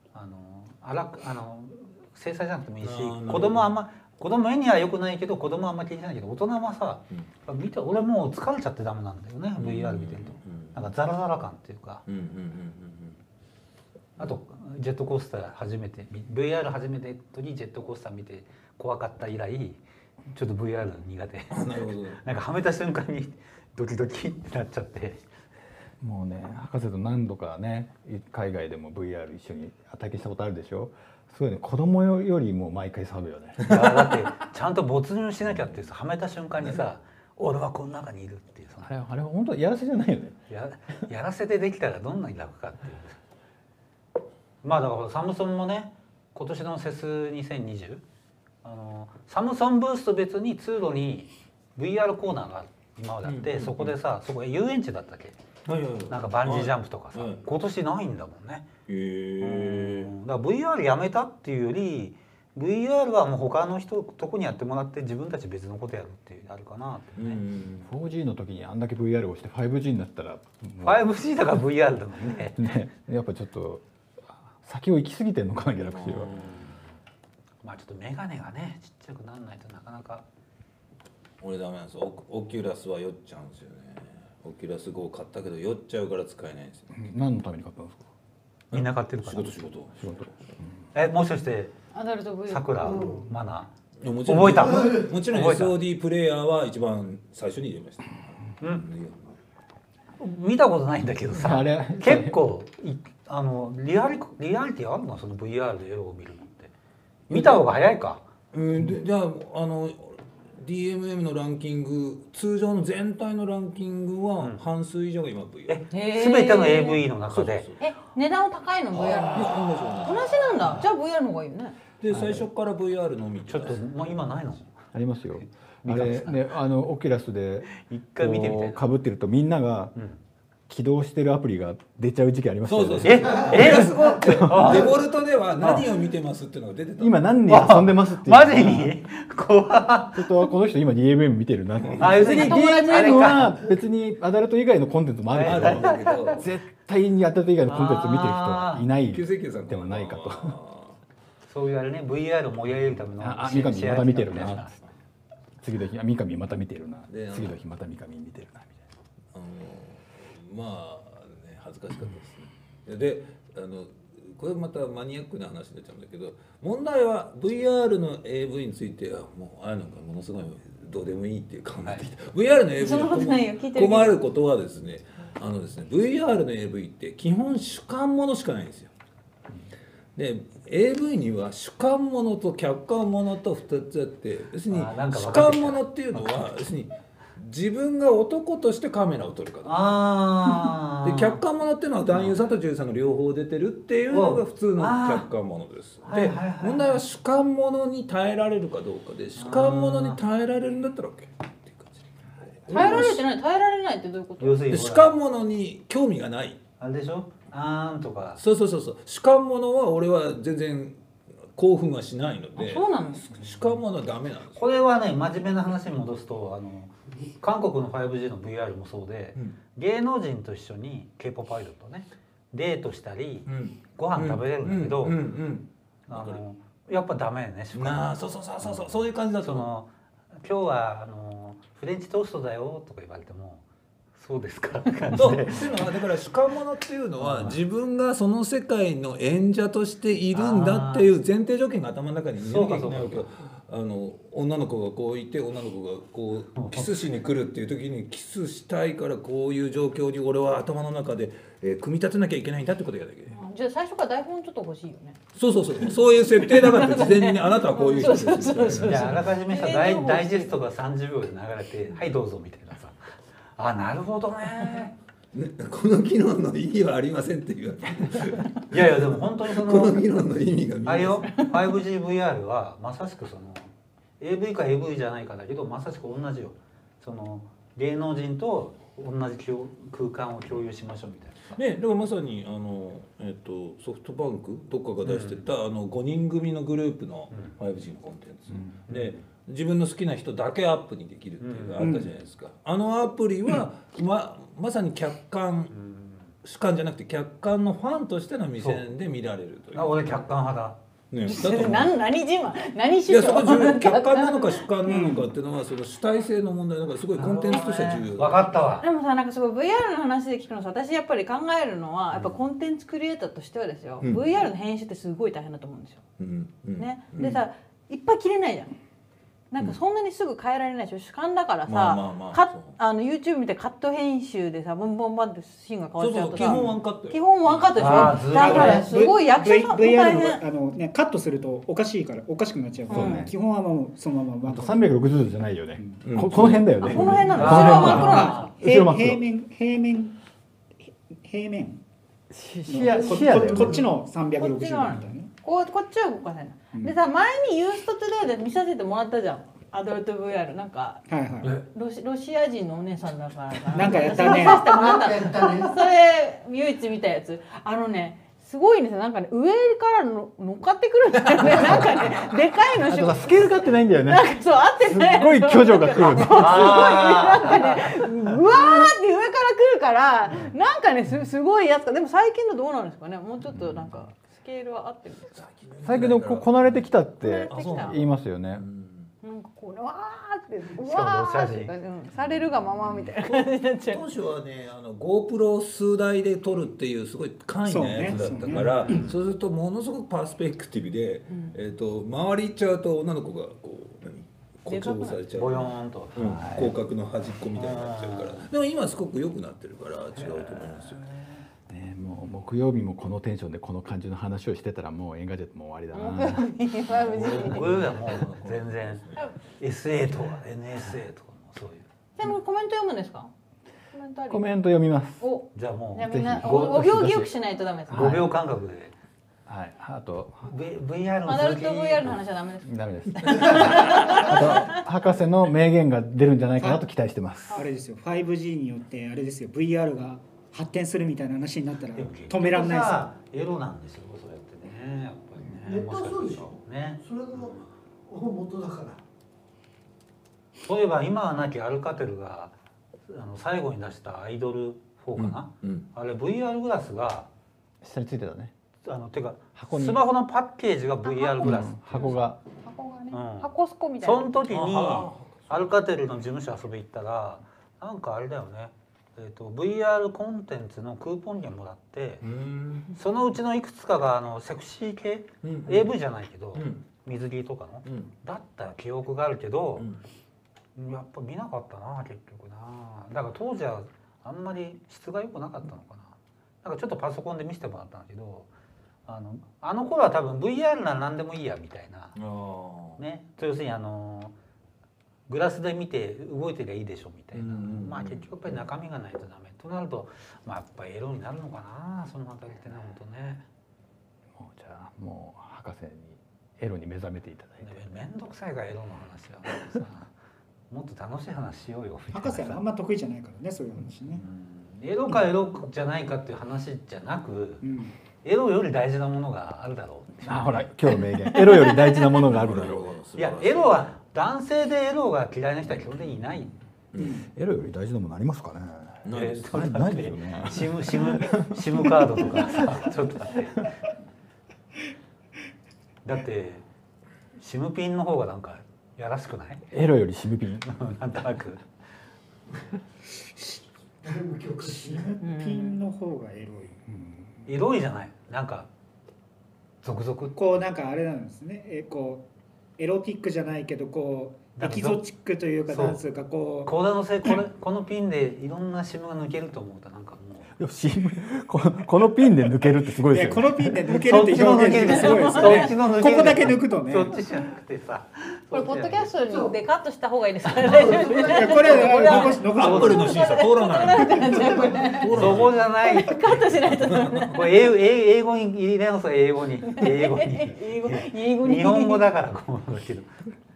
制裁じゃなくてもいいし、子供絵には良くないけど子供はあんまり気にしないけど、大人はさ、見て俺もう疲れちゃってダメなんだよね、VR 見てると。なんかザラザラ感っていうか。あとジェットコースター初めて VR 初めて時ジェットコースター見て怖かった以来ちょっと VR 苦手。なんかはめた瞬間にドキドキってなっちゃって。 もうね、博士と何度かね海外でも VR 一緒に体験したことあるでしょ。すごいね、子供よりも毎回騒ぐよね。 だってちゃんと没入しなきゃってさ、はめた瞬間にさ俺はこの中にいるっていう。 あれ本当やらせじゃないよね。 やらせでできたらどんなに楽かっていう。まあだからサムソンもね、今年のセス2020サムソンブースと別に通路に VR コーナーが今まであって、そこでさ、そこ遊園地だったっけ、 なんかバンジージャンプとかさ、今年ないんだもんね。だから VR やめたっていうより VR はもう他の人とこにやってもらって自分たち別のことやるっていうあるかなってね。 4G の時にあんだけ VR をして 5G になったら 5G だから VR だもんね。 ね、やっぱちょっと先を行き過ぎてんのかな、ギャラクシーは。 まあちょっとメガネがねちっちゃくならないとなかなか。 俺ダメなんですよ。オキュラスは酔っちゃうんですよね。オキュラス5買ったけど酔っちゃうから使えないんですよ。 何のために買ったんですか？ みんな買ってるから。 仕事。 もしかしてアダルト VR さくらマナー覚えた。 もちろん SOD プレイヤーは一番最初に入れました。 見たことないんだけどさ、 あれ結構リアリティあるのその VR でエロを見るのって。見た方が早いか。 じゃあDMM のランキング、通常の全体のランキングは半数以上が今 VR。 全ての AV の中で。 値段は高いの VR の。同じなんだ。じゃあ VR の方がいいよね。 で最初から VR のみ。 ちょっともう今ないの？ ありますよ。あれね、オキュラスで一回見てみたい。 かぶってるとみんなが起動してるアプリが出ちゃう時期ありましたよね。 デフォルトでは何を見てますっていうのが出てた。 今何に遊んでますっていう。 マジに怖っ。 ちょっとこの人今 DMM 見てるなって。 別に DMM は別にアダルト以外のコンテンツもあるけど、絶対にアダルト以外のコンテンツを見てる人はいないでもないかと。 そういうあれね、 VR を盛り上げるための。 三上また見てるな。次の日三上また見てるな。次の日また三上見てるなみたいな。 まあね、恥ずかしかったですね。でこれまたマニアックな話になっちゃうんだけど、問題は VR の AV についてはもうああいうのがものすごいどうでもいいっていう感じで、VR の AV の困ることはですね、VR の AV って基本主観ものしかないんですよ。で AV には主観ものと客観ものと2つあって、要するに主観ものっていうのは要するに自分が男としてカメラを撮るかどうかで、客観ものっていうのは男優さんと女優さんが両方出てるっていうのが普通の客観ものです。で問題は主観ものに耐えられるかどうかで、主観ものに耐えられるんだったら OK っていう感じ。 耐えられてない、耐えられないってどういうこと？ 主観ものに興味がない。 あれでしょ？あーんとか。 そう主観ものは俺は全然興奮はしないので。 そうなの？ 主観ものはダメなんです。 これはね、真面目な話に戻すと韓国の 5G の VR もそうで、芸能人と一緒に K-POP アイドルとねデートしたり、ご飯食べれるんだけど、やっぱダメね。 そういう感じだと。 今日はフレンチトーストだよとか言われても、そうですかって感じで。 っていうのはだから主観ものっていうのは自分がその世界の演者としているんだっていう前提条件が頭の中に入れなきゃいけないわけよ。女の子がこういて女の子がこうキスしに来るっていう時に、キスしたいからこういう状況に俺は頭の中で組み立てなきゃいけないんだってことやだけど、 じゃあ最初から台本ちょっと欲しいよね。 そういう設定だからって事前にあなたはこういう人ですじゃああらかじめさダイジェストが30秒で流れて、はいどうぞみたいなさ、あ、なるほどね。 この議論の意義はありませんっていうわけ。 いやでも本当にこの議論の意味が見えます。 あれよ、 5GVR はまさしくAV か AV じゃないかだけど、まさしく同じよ。芸能人と同じ空間を共有しましょうみたいな。 ね、だからまさにソフトバンクどっかが出してた、5人組のグループの 5G のコンテンツ、で自分の好きな人だけアップにできるっていうのがあったじゃないですか。あのアプリはまさに客観、主観じゃなくて客観のファンとしての目線で見られるという。 俺客観派だ。 何自慢、何主張？ いや、そこ客観なのか主観なのかっていうのはその主体性の問題だから、すごいコンテンツとしては重要だ。 分かったわ。 でもさ、なんかすごい VR の話で聞くのさ、私やっぱり考えるのはやっぱコンテンツクリエイターとしてはですよ、VR の編集ってすごい大変だと思うんですよ。ね、でさ、いっぱい切れないじゃん。なんかそんなにすぐ変えられないでしょ。主観だからさ、YouTube みたいなカット編集でさ、ボンボンバンってシーンが変わっちゃうとさ、 基本ワンカット。 基本ワンカットでしょ。だからすごい役者さん VR のね、カットするとおかしいからおかしくなっちゃうから、基本はもうそのまま。 あと360度じゃないよね。この辺だよね。 この辺なの。後ろは真っ黒なんですよ。 平面。こっちの360度みたいな。 こっちは動かせない。でさ、前にユーストトゥデイで見させてもらったじゃん。 アドルト VR なんかはいはい。 ロシア人のお姉さんだからかなんかやったね。 私もさせてもらったなんかやったね。 それ唯一見たやつすごいんですよ。なんかね上から乗っかってくるんだよね。なんかねでかいのあとさスケールが合ってないんだよね。 なんかそう合ってすっないごい巨女が来る。 なんかねうわーって上から来るからなんかねすごいやつか。でも最近のどうなんですかね。もうちょっとなんかスケールは合ってるんですか。 最近でもこなれてきたっこなれててきた言いますよね。 なんかこうわーってうしかもわーっロシア人てされるがままみたいな感じになっちゃう。 当初はねGoPro 数台で撮るっていうすごい簡易なやつだったからそうするとものすごくパースペクティブで、周り行っちゃうと女の子がこう誇張されちゃう、 ボヨーンと、 広角の端っこみたいになっちゃうからでも今すごく良くなってるから違うと思いますよ。 ね、もう木曜日もこのテンションでこの感じの話をしてたらもうエンガジェットも終わりだな。 僕はもう全然 SA とか NSA とかもそういう。 でもコメント読むんですか？ コメント読みます。 お、 じゃあもじゃあみんなぜひお行儀よくしないとダメです。 う5秒間隔で、 はい、あと VR のアダルト続き VR の話はダメです。 ダメです。あと博士の名言が出るんじゃないかなと期待してます。 あれですよ。5G によってあれですよ。VR が発展するみたいな話になったら止められないですよ。 エロなんですよそうやってねやっぱりね。 ネットはそうでしょね。 それが元だから。 そういえば今はなきアルカテルが最後に出したアイドル4かな、あれ VR グラスが下についてたね。 てか箱にスマホのパッケージが VR グラス、 箱がね、 うん箱スコみたいな。 その時にアルカテルの事務所遊び行ったらなんかあれだよね、VR コンテンツのクーポン券もらって、そのうちのいくつかがセクシー系、AV じゃないけど、水着とかの、だった記憶があるけど、やっぱ見なかったな結局な。だから当時はあんまり質が良くなかったのかな。なんかちょっとパソコンで見せてもらったんだけどあの頃は多分 VR なら何でもいいやみたいな、ね、要するにグラスで見て動いてりゃいいでしょみたいな、まあ結局やっぱり中身がないとダメとなると、まあ、やっぱりエロになるのかなそのあたりってね本当ね。 もうじゃあもう博士にエロに目覚めていただいて。 めんどくさいからエロの話はさもっと楽しい話しようよみたいな。 博士はあんま得意じゃないからねそういう話ね。 エロかエロじゃないかっていう話じゃなく、エロより大事なものがあるだろう。 あほら今日の名言。エロより大事なものがあるだろう。 いやエロは男性でエロが嫌いな人は基本的にいない。 エロより大事なものありますかね。ないですよね。 シムカードとかさちょっとだってシムピンの方がなんかやらしくない？ エロよりシムピン。 なんとなく。 ピンの方がエロい。 エロいじゃない。なんか続々 こうなんかあれなんですね。こうエロティックじゃないけどこうエキゾチックというかなんつうかこう。 講座のせいこのピンでいろんなシムが抜けると思うとなんかもう。 このピンで抜けるってすごいですよね。 このピンで抜けるって表現がすごいですよね。ここだけ抜くとね。 そっちじゃなくてさ。 これポッドキャストでカットした方がいいですかね。 これ残しアップルの審査通らない。 そこじゃない。 カットしないと。 これ英語に入れ直す英語に日本語だからこうだけど。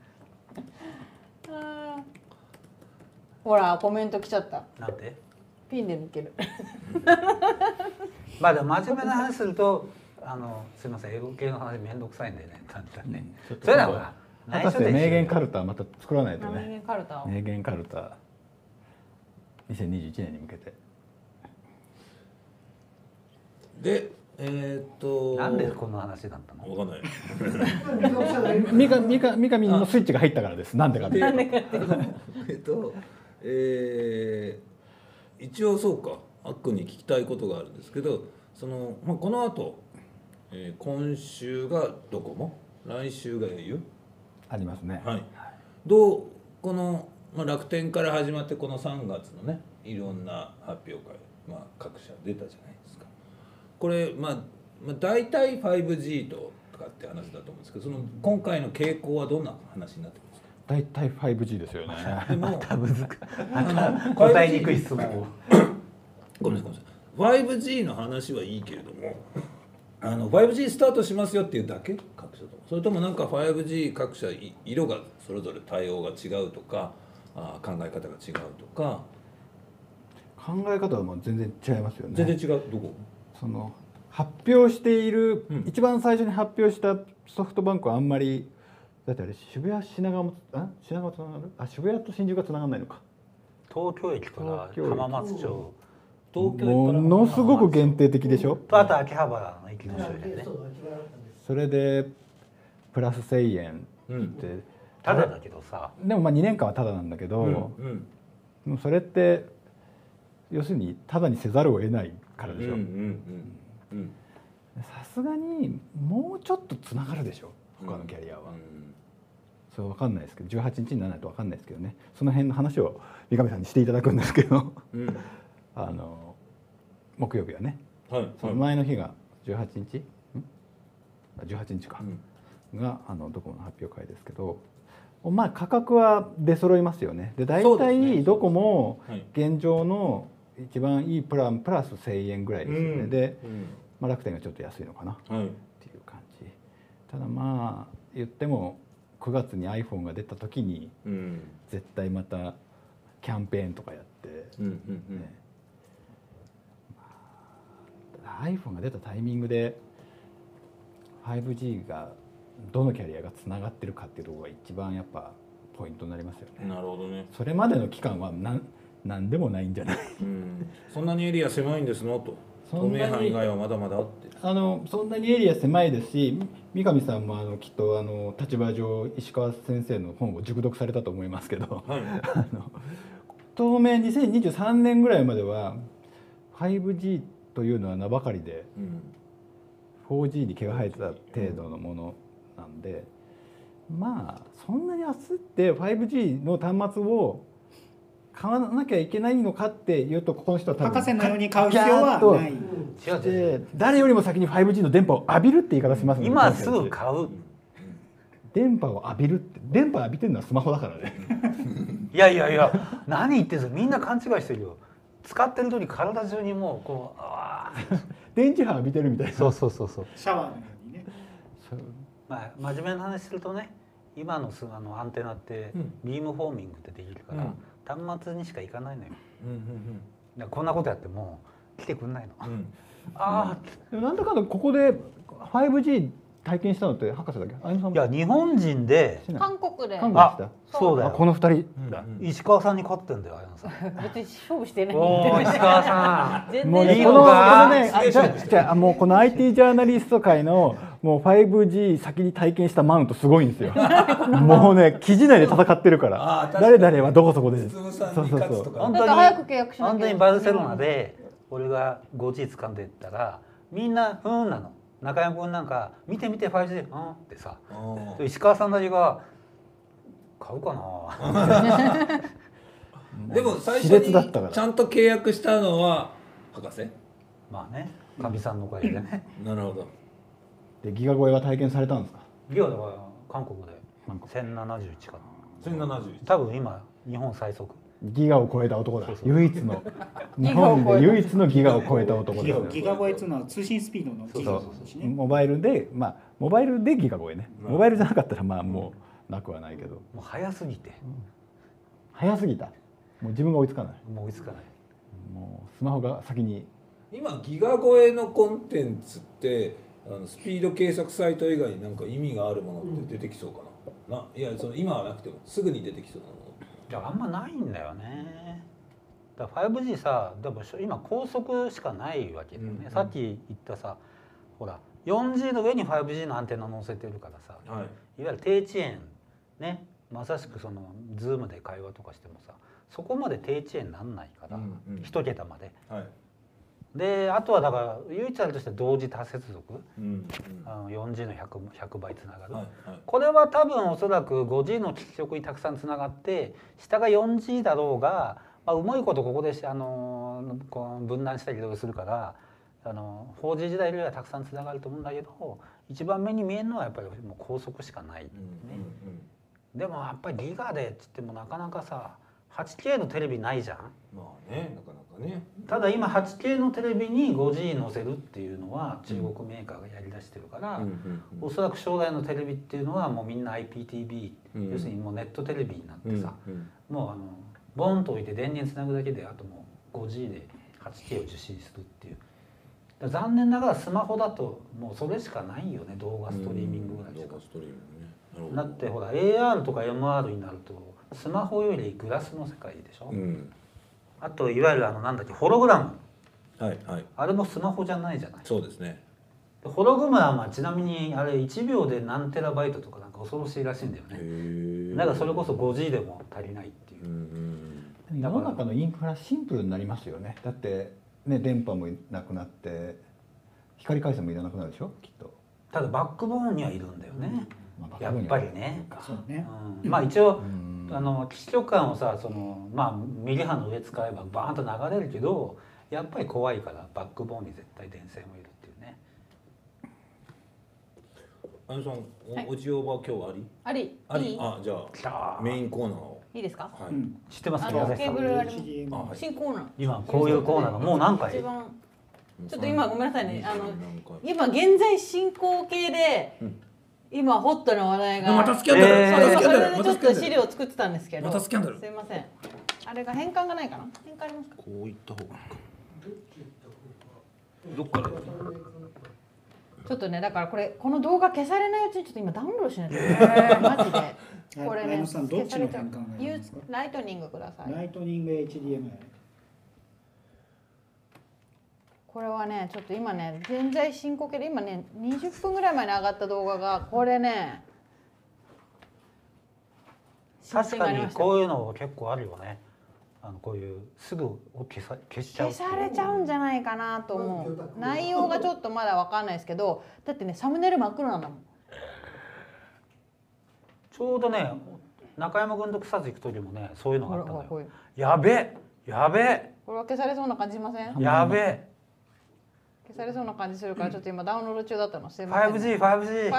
ほらコメント来ちゃった。 なんて？ ピンで抜ける。 まあでも真面目な話するとすみません英語系の話めんどくさいんでねだんだんね。それだほら。 博士名言カルタまた作らないとね。 名言カルタを。 名言カルタ2021年に向けて。 でなんでこんな話だったの？ わかんない。 三上のスイッチが入ったからです。なんでかって。 一応そうかあっくんに聞きたいことがあるんですけどこの後、今週がドコモ来週が au ありますね。 はい。この、楽天から始まってこの3月のねいろんな発表会、各社出たじゃないですか。これ大体 5G とかって話だと思うんですけど今回の傾向はどんな話になってくるんですか？ 大体 5G ですよね。 でも答えにくい質問を。 ごめんなさい。5G の話はいいけれども5G スタートしますよっていうだけかと。 各社とも。それともなんか 5G 各社色がそれぞれ対応が違うとか、考え方が違うとか。 考え方はもう全然違いますよね。 全然違う。どこ？ その発表している、 うん一番最初に発表したソフトバンクはあんまりだってあれ渋谷品川も品川つながる？渋谷と新宿がつながらないのか。 東京駅から浜松町東京ものすごく限定的でしょ。 とあと秋葉原の駅の周辺ね。 それでプラス1000円うんって、 ただだけどさ、 でもまあ2年間はタダなんだけど、 うんもうそれって要するにタダにせざるを得ないからでしょ。 うんさすがにもうちょっとつながるでしょ他のキャリアは。そう分かんないですけど18日にならないと分かんないですけどね、その辺の話を三上さんにしていただくんですけど木曜日はね、その前の日が18日18日か、がドコモの発表会ですけど、まあ価格は出揃いますよね。で大体ドコモ現状の一番いいプランプラス1000円ぐらいですよね。で、まあ、楽天がちょっと安いのかなっていう感じ。ただまあ言っても9月に iPhone が出た時に絶対またキャンペーンとかやって、iPhone が出たタイミングで 5G がどのキャリアがつながってるかっていうところが一番やっぱポイントになりますよね。 なるほどね。 それまでの期間はなんでもないんじゃない？ そんなにエリア狭いんですのと。透明範囲外はまだまだあって。 そんなにエリア狭いですし、三上さんもきっと立場上石川先生の本を熟読されたと思いますけど、当面2023年ぐらいまでは 5G というのは名ばかりで、4G に毛が生えてた程度のものなんで、まあそんなに焦って 5G の端末を買わなきゃいけないのかっていうと、ここの人は多分博士のように買う必要はない。 違う誰よりも先に 5G の電波を浴びるって言い方しますね。 今すぐ買う。 電波を浴びるって、電波浴びてるのはスマホだからね。 いやいやいや、何言ってんすか。みんな勘違いしてるよ。使ってる時体中にもうこう電磁波浴びてるみたいな。 そうシャワーのようにね。 まあ真面目な話するとね、今のアンテナってビームフォーミングってできるから、端末にしか行かないのよ。だからこんなことやっても来てくんないの。 でもなんだかんだここで 5G 体験したのって博士だけ？ いや日本人で韓国で。 そうだよ。 この2人石川さんに勝ってんだよ、綾野さん。 別に勝負してない。 お石川さん。 もうね、じゃあもうこの IT ジャーナリスト界のもう 5G 先に体験したマウントすごいんですよ。もうね、記事内で戦ってるから、誰々はどこそこで。 本当にバルセロナで俺が 5G 掴んでったらみんななの。中山君なんか見て 5G ってさ、石川さんたちが買うかな。 でも最初にちゃんと契約したのは博士。 まあね、かみさんのおかげでね。 なるほど。 でギガ超えは体験されたんですか？ ギガだから韓国で1071かな。 1071。 多分今日本最速。 ギガを超えた男だ。唯一の日本で唯一のギガを超えた男です。 ギガ超えっていうのは通信スピードのギガですね。 モバイルでモバイルでギガ超えね。モバイルじゃなかったらまあもうなくはないけど。 もう早すぎて。 早すぎた。もう自分が追いつかない。 もう追いつかない。 もうスマホが先に。 今ギガ超えのコンテンツってスピード計測サイト以外に何か意味があるものって出てきそうかな。いや今はなくてもすぐに出てきそうなもの。 いやあんまないんだよね。だから 5G さ、でも今高速しかないわけだよね。さっき言ったさ、ほら 4G の上に 5G のアンテナ載せてるからさ、いわゆる低遅延ね、まさしくその Zoom で会話とかしてもさ、そこまで低遅延なんないから、1桁まで。であとはだから唯一あるとしては同時多接続、4G の 100倍つながる、これは多分おそらく 5G の基地局にたくさんつながって下が 4G だろうが、うまいことここでこう分断したりとかするから4G 時代よりはたくさんつながると思うんだけど、一番目に見えるのはやっぱりもう高速しかない、ね。でもやっぱりギガでっつってもなかなかさ 8K のテレビないじゃん。 まあね、なかなかね。 ただ今 8K のテレビに 5G 載せるっていうのは中国メーカーがやりだしてるから、おそらく将来のテレビっていうのはもうみんな IPTV、要するにもうネットテレビになってさ、もうボンと置いて電源つなぐだけであともう 5G で 8K を受信するっていう。残念ながらスマホだともうそれしかないよね、動画ストリーミングぐらいしか。 動画ストリーミングね。 だってほら AR とか MR になるとスマホよりグラスの世界でしょ、あといわゆるなんだっけホログラム、 はいはい。 あれもスマホじゃないじゃない。 そうですね。 ホログラムはちなみにあれ1秒で何テラバイトとかなんか恐ろしいらしいんだよね。だからそれこそ 5G でも足りないっていう。 世の中のインフラシンプルになりますよね。だってね、電波もなくなって光回線もいらなくなるでしょ、きっと。 ただバックボーンにはいるんだよね、やっぱりね。まあ一応基地局間をさまあミリ波の上使えばバーンと流れるけど、やっぱり怖いからバックボーンに絶対電線もいるっていうね。 あのさん、おじおば今日あり？ あり。 あ、じゃあメインコーナーを。 いいですか？ はい。 知ってますか？ ケーブルあります。新コーナー。 今こういうコーナーがもう何回？ ちょっと今ごめんなさいね。今現在進行形で今ホットな話題が。 またスキャンダル。 それでちょっと資料を作ってたんですけど。 またスキャンダル。 すいません。あれが変換がないかな？変換ありますか？ こういった方がいいか。どっから？ ちょっとね、だからこの動画消されないうちにちょっと今ダウンロードしないと。マジで。これね、 どっちの変換がいいですか？ ライトニングください。 ライトニング HDMI。 これはね、ちょっと今ね、現在進行形で今ね、20分ぐらい前に上がった動画がこれね。 確かにこういうの結構あるよね。こういうすぐ消しちゃう。 消されちゃうんじゃないかなと思う。内容がちょっとまだわかんないですけど、だってね、サムネイル真っ黒なんだもん。 ちょうどね、中山君と草津行く時もね、そういうのがあったのよ。やべえ、やべえ。 これは消されそうな感じしません？ やべえ。 消されそうな感じするからちょっと今ダウンロード中だったの。すいません。 5G。 早く 5G。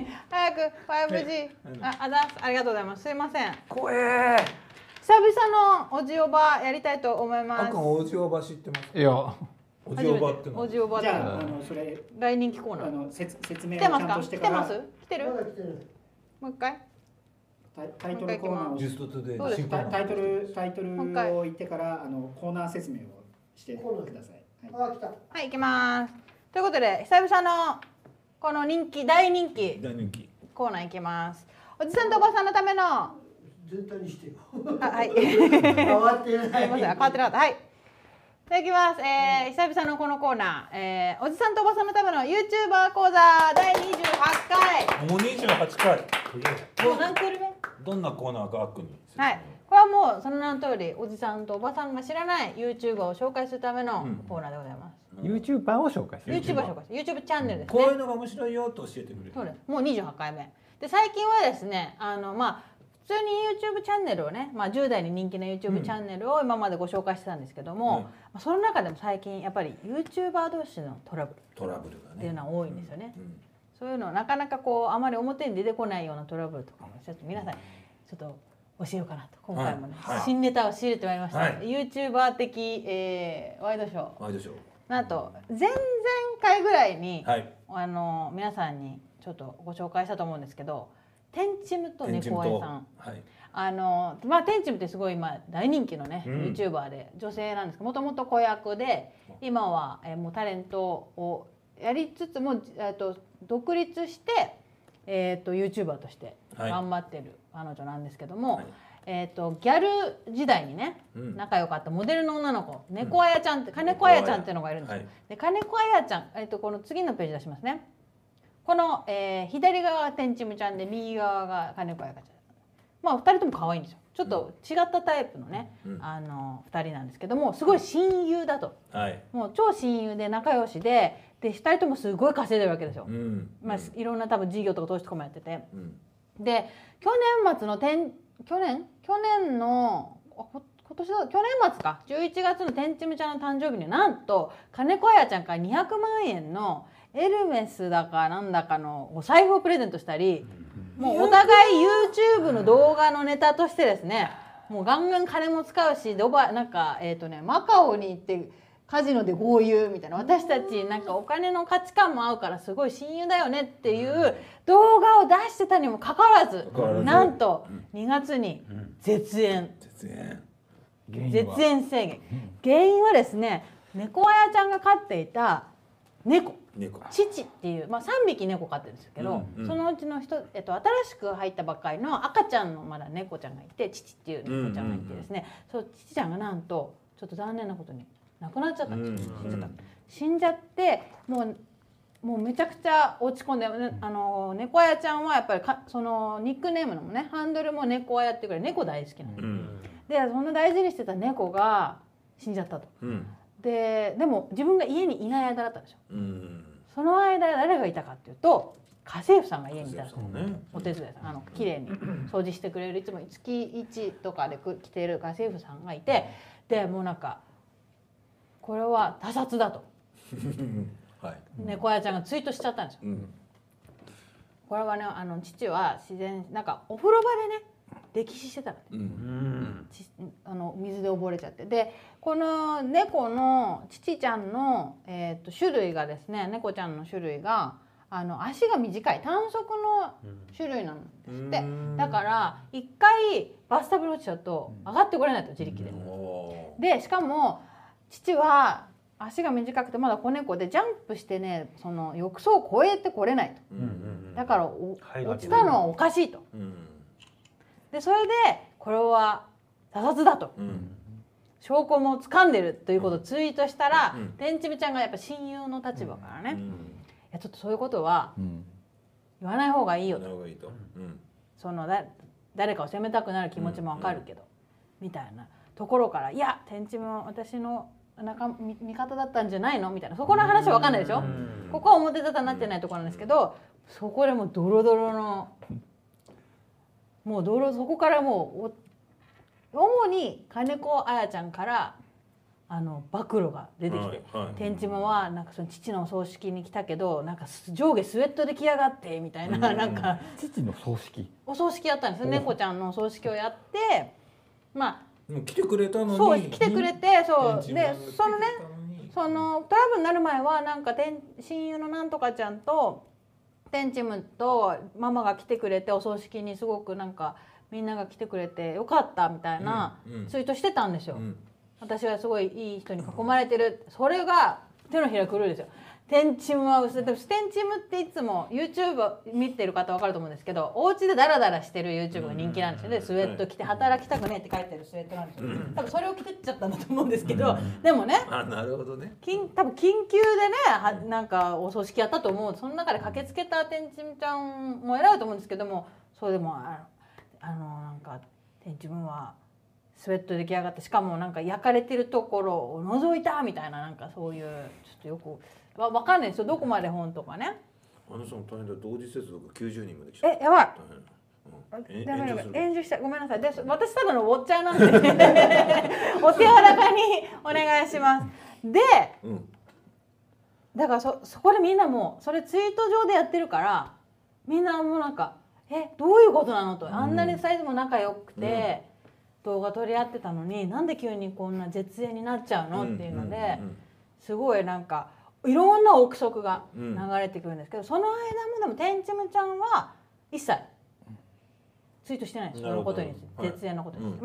ありがとうございます。すいません。 怖え。 久々のおじおばやりたいと思います。 あかんおじおば知ってます？ いや。 おじおばっての。 おじおばじゃあそれ大人気コーナー。 説明をちゃんとしてから。 来てます？来てる？もう一回。 タイトルコーナーをジストトゥデイの新コーナー。タイトルを言ってからコーナー説明をしてください。 はい、行きます。ということで久々のこの大人気コーナー行きます。おじさんとおばさんのための全体にしてよ。 はい。 変わってない。 すみません、変わってなかった。はい。いきます。久々のこのコーナー、おじさんとおばさんのための YouTuber 講座第28回。 もう28回。 もう何クール目？ どんなコーナーかに。 はい。これはもうその名の通りおじさんとおばさんが知らない YouTuber を紹介するためのコーナーでございます。 YouTuber を紹介する。 YouTuber 紹介する。YouTube チャンネルですね。 こういうのが面白いよと教えてくれる。 そうです。もう28回目。で最近はですね、普通に YouTube チャンネルをね、10代に人気な YouTube チャンネルを今までご紹介してたんですけども、その中でも最近やっぱり YouTuber 同士のトラブルがねっていうのは多いんですよね。そういうのなかなかあまり表に出てこないようなトラブルとかもちょっと皆さんちょっと教えようかなと今回もね、新ネタを仕入れてまいりました。YouTuber 的、ワイドショー。なんと前々回ぐらいに、皆さんにちょっとご紹介したと思うんですけど。テンチムと猫愛さん、テンチムってすごい今大人気のね、YouTuber で女性なんですけど、もともと子役で今はもうタレントをやりつつも独立して、YouTuber として頑張ってる彼女なんですけども、ギャル時代にね、仲良かったモデルの女の子猫あやちゃんって金子あやちゃんっていうのがいるんですよ。で金子あやちゃん、この次のページ出しますね。この、左側がテンチムちゃんで右側が金子彩香ちゃん。2人とも可愛いんですよ。ちょっと違ったタイプのね、2人なんですけどもすごい親友だと、もう超親友で仲良しで2人ともすごい稼いでるわけですよ。いろんな多分事業とか投資とかもやってて、で去年の去年末か11月のテンチムちゃんの誕生日になんと金子彩ちゃんから200万円のエルメスだかなんだかのお財布をプレゼントしたり、もうお互い YouTube の動画のネタとしてですね、 もうガンガン金も使うしなんかマカオに行ってカジノで豪遊みたいな、私たちなんかお金の価値観も合うからすごい親友だよねっていう動画を出してたにもかかわらず、なんと2月に絶縁宣言。原因はですね、猫あやちゃんが飼っていた猫父っていう、3匹猫飼ってるんですけど、そのうちの新しく入ったばっかりの赤ちゃんのまだ猫ちゃんがいて、父っていう猫ちゃんがいてですね、そう父ちゃんがなんとちょっと残念なことに亡くなっちゃったんですよ。死んじゃってもうめちゃくちゃ落ち込んで、猫あやちゃんはやっぱりそのニックネームのもね、ハンドルも猫あやってくらい猫大好きなの、でそんな大事にしてた猫が死んじゃったと、でも自分が家にいない間だったんですよ、その間誰がいたかっていうと家政婦さんが家にいたんですよ、お手伝いさん、きれいに掃除してくれる、いつも月1とかで来てる家政婦さんがいて、でもうなんかこれは他殺だと猫あやちゃんがツイートしちゃったんですよ、これはね、父は自然なんかお風呂場でね溺死してたの、水で溺れちゃって、でこの猫の父ちゃんの、種類がですね、猫ちゃんの種類が足が短い短足の種類なんですって、だから一回バスタブに落ちちゃうと上がってこれないと、自力で。でしかも父は足が短くてまだ子猫でジャンプしてね、その浴槽を越えてこれないと、だから落ちたのはおかしいと、でそれでこれは他殺だと、証拠も掴んでるということをツイートしたら、てんちみちゃんがやっぱ親友の立場からね、いやちょっとそういうことは言わない方がいいよと、その誰かを責めたくなる気持ちもわかるけど、みたいなところから、いやてんちも私の味方だったんじゃないのみたいな、そこの話は分かんないでしょ、ここは表沙汰になってないところなんですけど、そこでもうドロドロのそこからもう主に金子あやちゃんから暴露が出てきて、てんちもはなんかその父のお葬式に来たけど、なんか上下スウェットで来やがってみたいな、なんか父のお葬式やったんですよ、猫ちゃんのお葬式をやって、 来てくれたのに、 そう来てくれて、そうでそのトラブルになる前はなんか親友のなんとかちゃんとてんちむとママが来てくれて、お葬式にすごくなんかみんなが来てくれてよかったみたいなツイートしてたんですよ、私はすごいいい人に囲まれてる、それが手のひらくるですよ。てんちむは薄い。でもてんちむっていつも YouTube 見てる方分かると思うんですけど、お家でダラダラしてる YouTube が人気なんですよね。スウェット着て働きたくねえって書いてるスウェットなんですよ。多分それを着てっちゃったんだと思うんですけど、でもね、 なるほどね、 多分緊急でね、なんかお葬式やったと思う。その中で駆けつけたてんちむちゃんも偉いと思うんですけども、それでもなんかてんちむはスウェットで着上がって、しかもなんか焼かれてるところを覗いたみたいな、なんかそういうちょっとよくわかんないですよ、どこまで本とかね。 その大変だ、同時接続90人まで来ちゃう。 やばい。 大変。 炎上した、ごめんなさい。で私ただのウォッチャーなんでお手柔らかにお願いします。で、だからそこでみんなもうそれツイート上でやってるから、みんなもうなんかどういうことなのと、あんなに2人でも仲良くて、動画撮り合ってたのになんで急にこんな絶縁になっちゃうのっていうので、すごいなんかいろんな憶測が流れてくるんですけど、その間もでもてんちむちゃんは一切ツイートしてないんです、そのことについて、絶縁のことについて。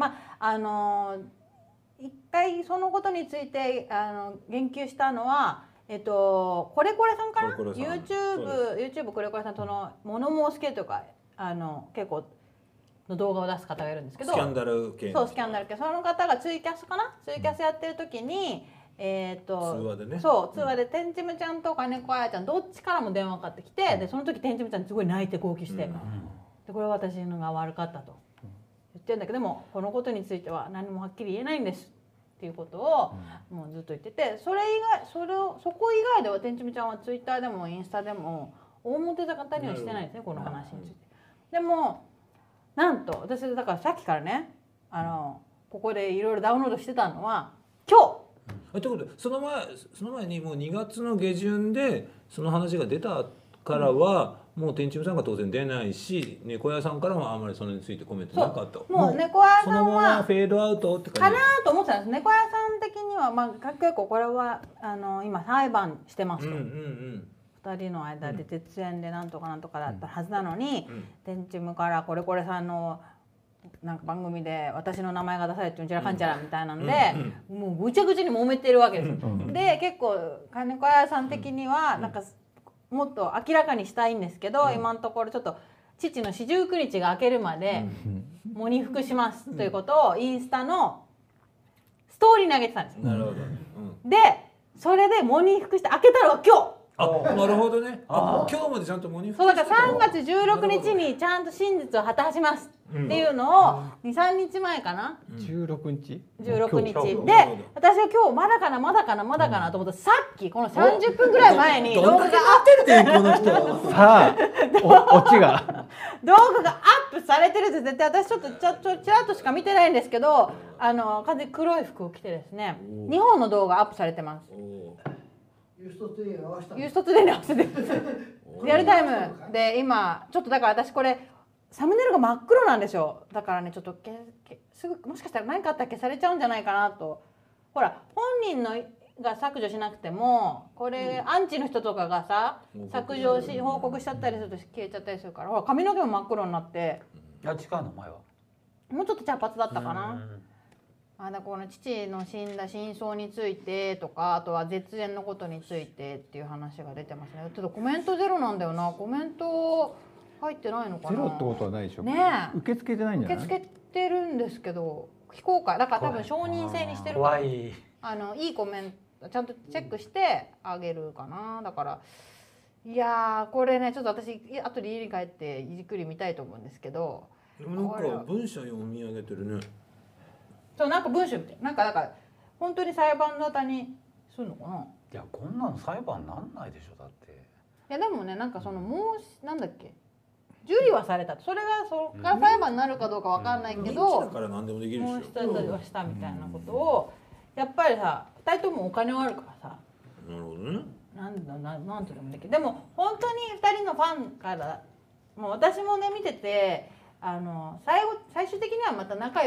一回そのことについて言及したのは、これこれさんかな、 YouTube これこれさんとの物申す系とか結構の動画を出す方がいるんですけど、 スキャンダル系、 そうスキャンダル系、その方がツイキャスかな、ツイキャスやってる時に通話でね、 そう通話でてんちむちゃんと金子あやちゃんどっちからも電話かかってきて、でその時てんちむちゃんすごい泣いて号泣して、でこれは私のが悪かったと言ってるんだけど、でもこのことについては何もはっきり言えないんですっていうことをもうずっと言ってて、そこ以外ではてんちむちゃんはツイッターでもインスタでも表沙汰にはしてないですね、この話について。でもなんと私だからさっきからねここでいろいろダウンロードしてたのは今日。 ということでその前にもう2月の下旬でその話が出たからはもう天チムさんが当然出ないし、猫屋さんからもあんまりそれについてコメントなかった。 もう猫屋さんそのままはフェードアウトってか感じなと思ってたんです。猫屋さん的には、まあ、結構これは今裁判してますと、2人の間で絶縁でなんとかなんとかだったはずなのに、天チムからこれこれさんのなんか番組で私の名前が出されてうんちゃらかんちゃらみたいなので、もうぐちゃぐちゃに揉めてるわけですよ。で結構金子屋さん的にはなんかもっと明らかにしたいんですけど、今のところちょっと父の四十九日が明けるまで喪に服しますということをインスタのストーリーに上げてたんですよ。 なるほど。 でそれで喪に服して開けたのが今日。 あ、なるほどね。今日までちゃんとモニそうだから3月16日にちゃんと真実を果たしますっていうのを2、3日前かな。 16日 16日で、私は今日まだかなまだかなまだかなと思って、さっきこの30分ぐらい前に動画がこの人。 さあオチが動画がアップされてるんです。絶対私ちょっとちらっとしか見てないんですけど、完全に黒い服を着てですね、2本の動画アップされてます。 ユーストトゥデイに合わせたユーストトゥデイに合わせてリアルタイムで今ちょっとだから私これサムネイルが真っ黒なんですよ。だからねちょっとすぐもしかしたら何かあったら消されちゃうんじゃないかなと。ほら本人のが削除しなくてもこれ、アンチの人とかがさ削除し報告しちゃったりすると消えちゃったりするから、ほら髪の毛も真っ黒になって。 違うの前はもうちょっと茶髪だったかな。だこの父の死んだ真相についてとか、あとは絶縁のことについてっていう話が出てますね。ちょっとコメントゼロなんだよな。コメント入ってないのかな。 ゼロってことはないでしょ。 ねえ、 受け付けてないんじゃない。 受け付けてるんですけど非公開だから多分承認制にしてるから、 怖い。 いいコメントちゃんとチェックしてあげるかな。だからいやーこれねちょっと私後で家に帰ってじっくり見たいと思うんですけど。 なんか文章読み上げてるね。 そうなんか文章みたいなんかだから本当に裁判沙汰にするのかな。 いやこんなの裁判なんないでしょだって。 いやでもねなんかそのなんだっけ受理はされた、それがそっから裁判になるかどうかわかんないけど、 だから何でもできるでしょ。 申し立てはしたみたいなことをやっぱりさ2人ともお金はあるからさ。 なるほどね。 なんとでもできる。でも本当に2人のファンからもう私もね見てて最終的にはまた仲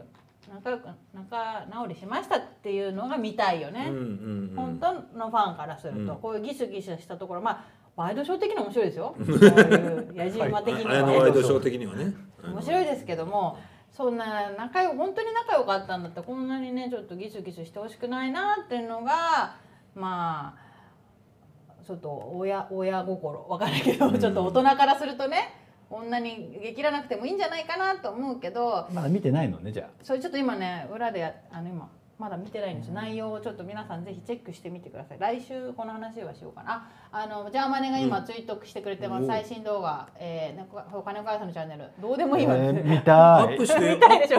直りしましたっていうのが見たいよね。本当のファンからすると、こういうギスギスしたところ、まあワイドショー的には面白いですよ。こういう矢島的には、 ワイドショー的にはね面白いですけども、そんな本当に仲良かったんだったらこんなにねちょっとギスギスしてほしくないなっていうのがまあちょっと親心わかんないけど、ちょっと大人からするとね。こんなに激らなくてもいいんじゃないかなと思うけど、 まだ見てないのねじゃあ。 それちょっと今ね裏で今まだ見てないんですよ。内容をちょっと皆さんぜひチェックしてみてください。来週この話はしようかな。ジャーマネが今ツイートしてくれてます、最新動画、金岡さんのチャンネルどうでもいいわ、 見たい。 アップして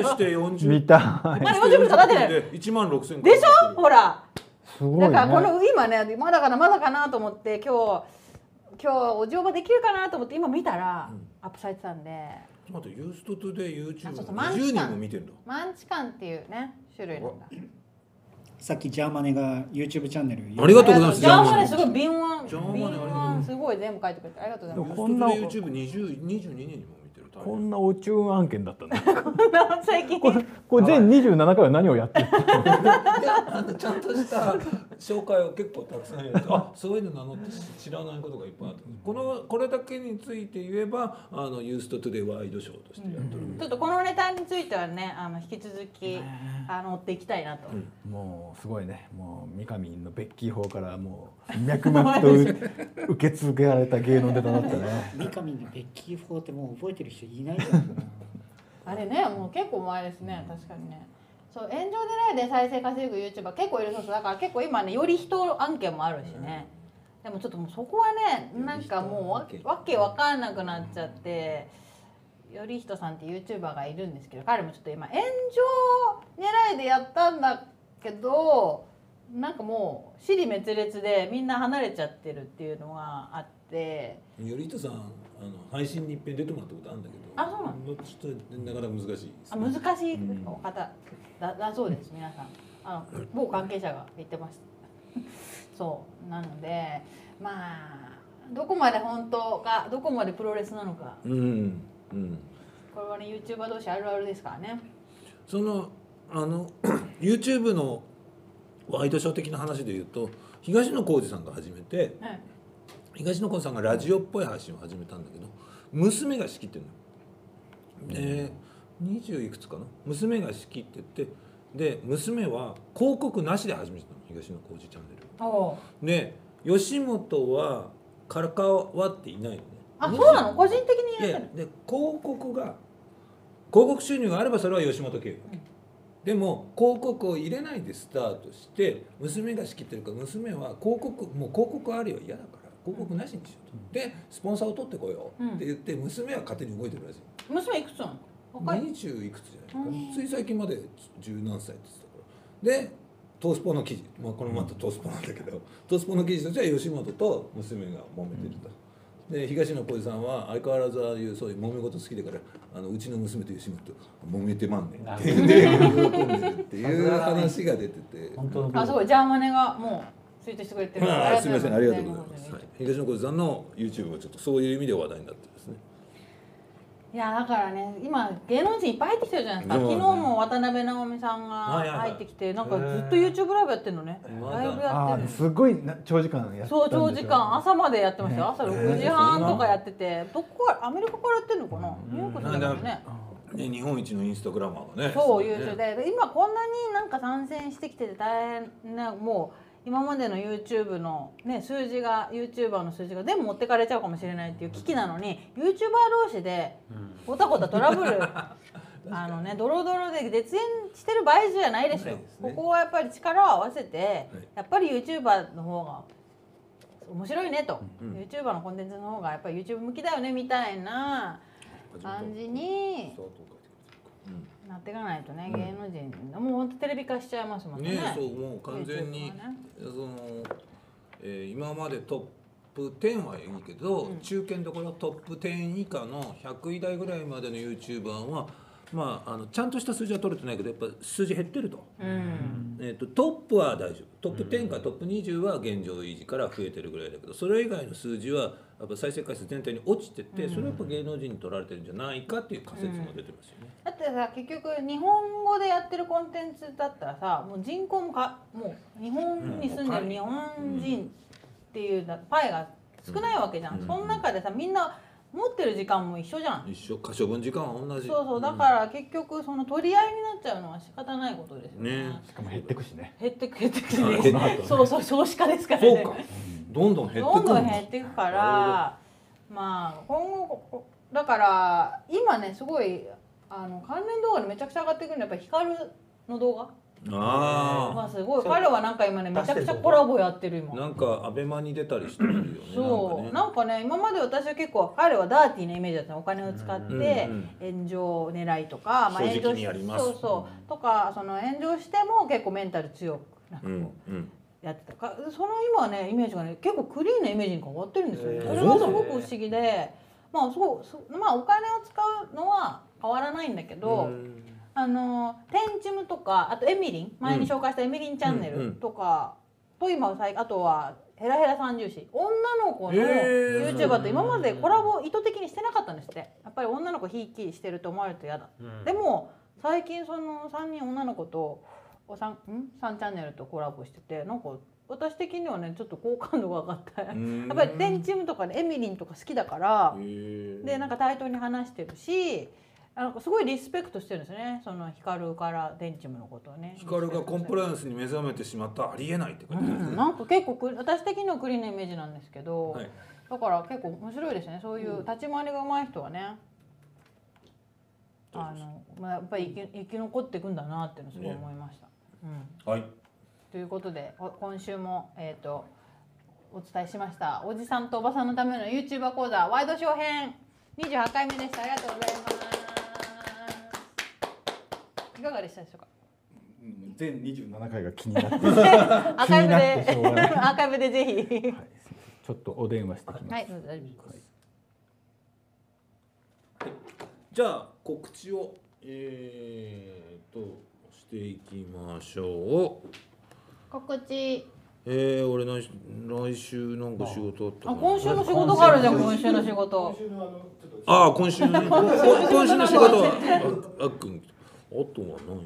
40 見たい。 まだ40分経ってないで16000 でしょ。ほらすごいね。 だからこの今ねまだかなと思って今日お乗馬できるかなと思って今見たらアップされてたんで。 あとユーストトで YouTube20 マンチカン人も見てるんだ。 マンチカンっていうね種類なんだ。 さっきジャーマネが YouTube チャンネルありがとうございます。 ジャーマネすごい敏腕すごい全部書いてくれてありがとうございます。 こんな YouTube22 人にも見てる。 こんなおチューン案件だったんだ。 最近これ全27回は何をやってるちゃんとした紹介を結構たくさんやって、そういうの名乗って知らないことがいっぱいあって、これだけについて言えばユーストトゥデイワイドショーとしてやってる。 ちょっとこのネタについてはね引き続き追っていきたいなと。 もうすごいね。もう三上のベッキー法からもう脈々と受け継がれた芸能ネタだったね。 三上のベッキー4ってもう覚えてる人いないと思うな。 あれねもう結構前ですね。確かにね。そう炎上狙いで再生稼ぐ YouTuber 結構いるそうだから結構今ねより人案件もあるしね。でもちょっともうそこはねなんかもうわけわかんなくなっちゃって、よりひとさんって YouTuber がいるんですけど、彼もちょっと今炎上狙いでやったんだけどなんかもう支離滅裂でみんな離れちゃってるっていうのがあって。 よりひとさん配信に一遍出てもらったことあるんだけど、 そうなの。 ちょっとなかなか難しいです、ね。 難しいお方だそうです。皆さん某関係者が言ってました。そうなのでまあどこまで本当かどこまでプロレスなのか、 うんうん、 これはね YouTuber 同士あるあるですからね。 そのYouTube のワイドショー的な話で言うと東野幸治さんが始めて、 はい、 東野幸治さんがラジオっぽい配信を始めたんだけど娘が仕切ってるのよ、20いくつかな、娘が仕切ってて、で娘は広告なしで始めてたの、東野幸治チャンネルおで、吉本はからかわっていないのね。 あ、そうなの、個人的にやってる。 で広告収入があればそれは吉本経由、でも広告を入れないでスタートして娘が仕切ってるから、娘は広告あるよ嫌だから広告なしにしようと、でスポンサーを取ってこようって言って、娘は勝手に動いてるらしい。 娘いくつなの？若い。 20いくつじゃないかな、つい最近まで十何歳って言ってたから。でトースポの記事、これまたトースポなんだけど、トースポの記事としては吉本と娘が揉めてると、で東野幸治さんは相変わらずああいうそういう揉め事好きだからうちの娘と吉本揉めてまんねんって言って喜んでるっていう話が出てて、 あ、すごい、ジャーマネがもうツイートしてくれてる。 すみません、ありがとうございます。はい、東野幸治さんの YouTube はちょっとそういう意味で話題になってですね。 いやだからね、今芸能人いっぱい入ってきてるじゃないですか。昨日も渡辺直美さんが入ってきて、なんかずっと YouTube ライブやってるのね。ライブやってる。 すごい長時間やってそう、長時間朝までやってましたよ。朝6時半とかやってて、どこかアメリカからやってるのかな。ニューヨークだからね。 日本一のインスタグラマーがね。 そう優秀で、今こんなになんか参戦してきてて大変な、もう今までの YouTube のね数字が YouTuber の数字が全部持ってかれちゃうかもしれないっていう危機なのに、 YouTuber 同士でごたごたトラブルドロドロで絶縁してる場合じゃないでしょ。ここはやっぱり力を合わせて、やっぱり YouTuber の方が面白いねと、YouTuber のコンテンツの方がやっぱり YouTube 向きだよねみたいな感じになっていかないとね、芸能人もう本当テレビ化しちゃいますもんね。 そう、もう完全に今までトップ10はいいけど、中堅どころトップ10以下の100位台ぐらいまでの YouTuber はちゃんとした数字は取れてないけどやっぱ数字減ってると、トップは大丈夫、トップ10からトップ20は現状維持から増えてるぐらいだけど、それ以外の数字はやっぱ再生回数全体に落ちてて、それはやっぱ芸能人に取られてるんじゃないかっていう仮説も出てますよね。 だってさ、結局日本語でやってるコンテンツだったらさ、もう人口ももう日本に住んでる日本人っていうパイが少ないわけじゃん。その中でさ、みんな持ってる時間も一緒じゃん。 一緒、可処分時間は同じ。 そう、だから結局その取り合いになっちゃうのは仕方ないことですよね。 しかも減ってくしね。 減ってくしね。そう、少子化ですからね。 そうか。どんどん減ってくる。 どんどん減っていくから、今後だから今ねすごい関連動画でめちゃくちゃ上がってくるのはやっぱりヒカルの動画。すごい彼はなんか今ねめちゃくちゃコラボやってる今。 なんかアベマに出たりしてるよね。 そうなんかね、今まで私は結構彼はダーティーなイメージだったの。お金を使って炎上狙いとか、 正直にやります。 そうとか、その炎上しても結構メンタル強くなんかこうやってたか、その今ねイメージがね結構クリーンなイメージに変わってるんですよ。それがすごく不思議で、お金を使うのは変わらないんだけど。テンチムとか、あとエミリン、前に紹介したエミリンチャンネルとかと今あとはヘラヘラ三重視、女の子の YouTuber と今までコラボ意図的にしてなかったんですって。やっぱり女の子ひいきしてると思われると嫌だ、でも最近その3人女の子と3チャンネルとコラボしてて、なんか私的にはねちょっと好感度が上がったやっぱりテンチムとかねエミリンとか好きだから、でなんか対等に話してるし、すごいリスペクトしてるんですね、そのヒカルからデンチムのことをね。 ヒカルがコンプライアンスに目覚めてしまったありえないって感じですね。 なんか結構私的にはクリーンなイメージなんですけど、だから結構面白いですね、そういう立ち回りが上手い人はね。やっぱり生き残っていくんだなっていうのすごい思いました。 はい。 ということで今週もお伝えしましたおじさんとおばさんのための YouTuber 講座ワイドショー編28回目でした。ありがとうございます。いかがでしたでしょうか。 全27回が気になってアーカイブでぜひ、 ちょっとお電話してきます。 はい、大丈夫です。 じゃあ告知をしていきましょう。 告知俺来週なんか仕事あったかな。 今週の仕事があるじゃん、今週の仕事。 ああ、今週の今週の仕事はあっくん。あとは何？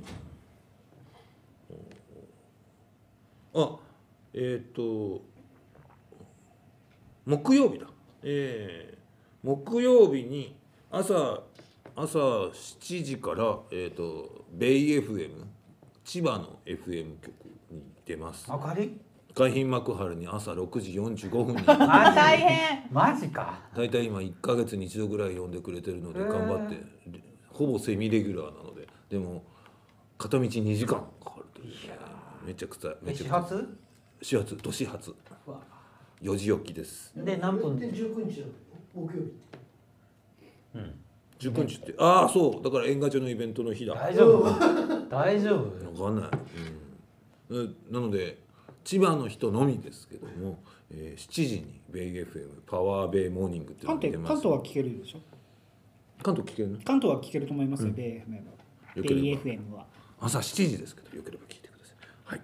木曜日だ。木曜日に朝7時からベイ FM 千葉の FM 局に出ます。 あかり？ 海浜幕張に朝6時45分に大変。 マジか。 だいたい今1ヶ月に1度ぐらい呼んでくれてるので頑張ってほぼセミレギュラーなので、でも片道2時間かかるという、めちゃくちゃ始発始発4時起きです。 で何分で19日なの木曜日って 19日ってああそうだから縁ガチャのイベントの日だ。 大丈夫大丈夫わかんない、なので千葉の人のみですけども、7時にベイ FM パワーベイモーニングっていうのが出ます。 関東は聞けるでしょ。 関東聞けるの？ 関東は聞けると思いますよ、ベイ FM は。ベイ FM は朝7時ですけどよければ聞いてください。はい。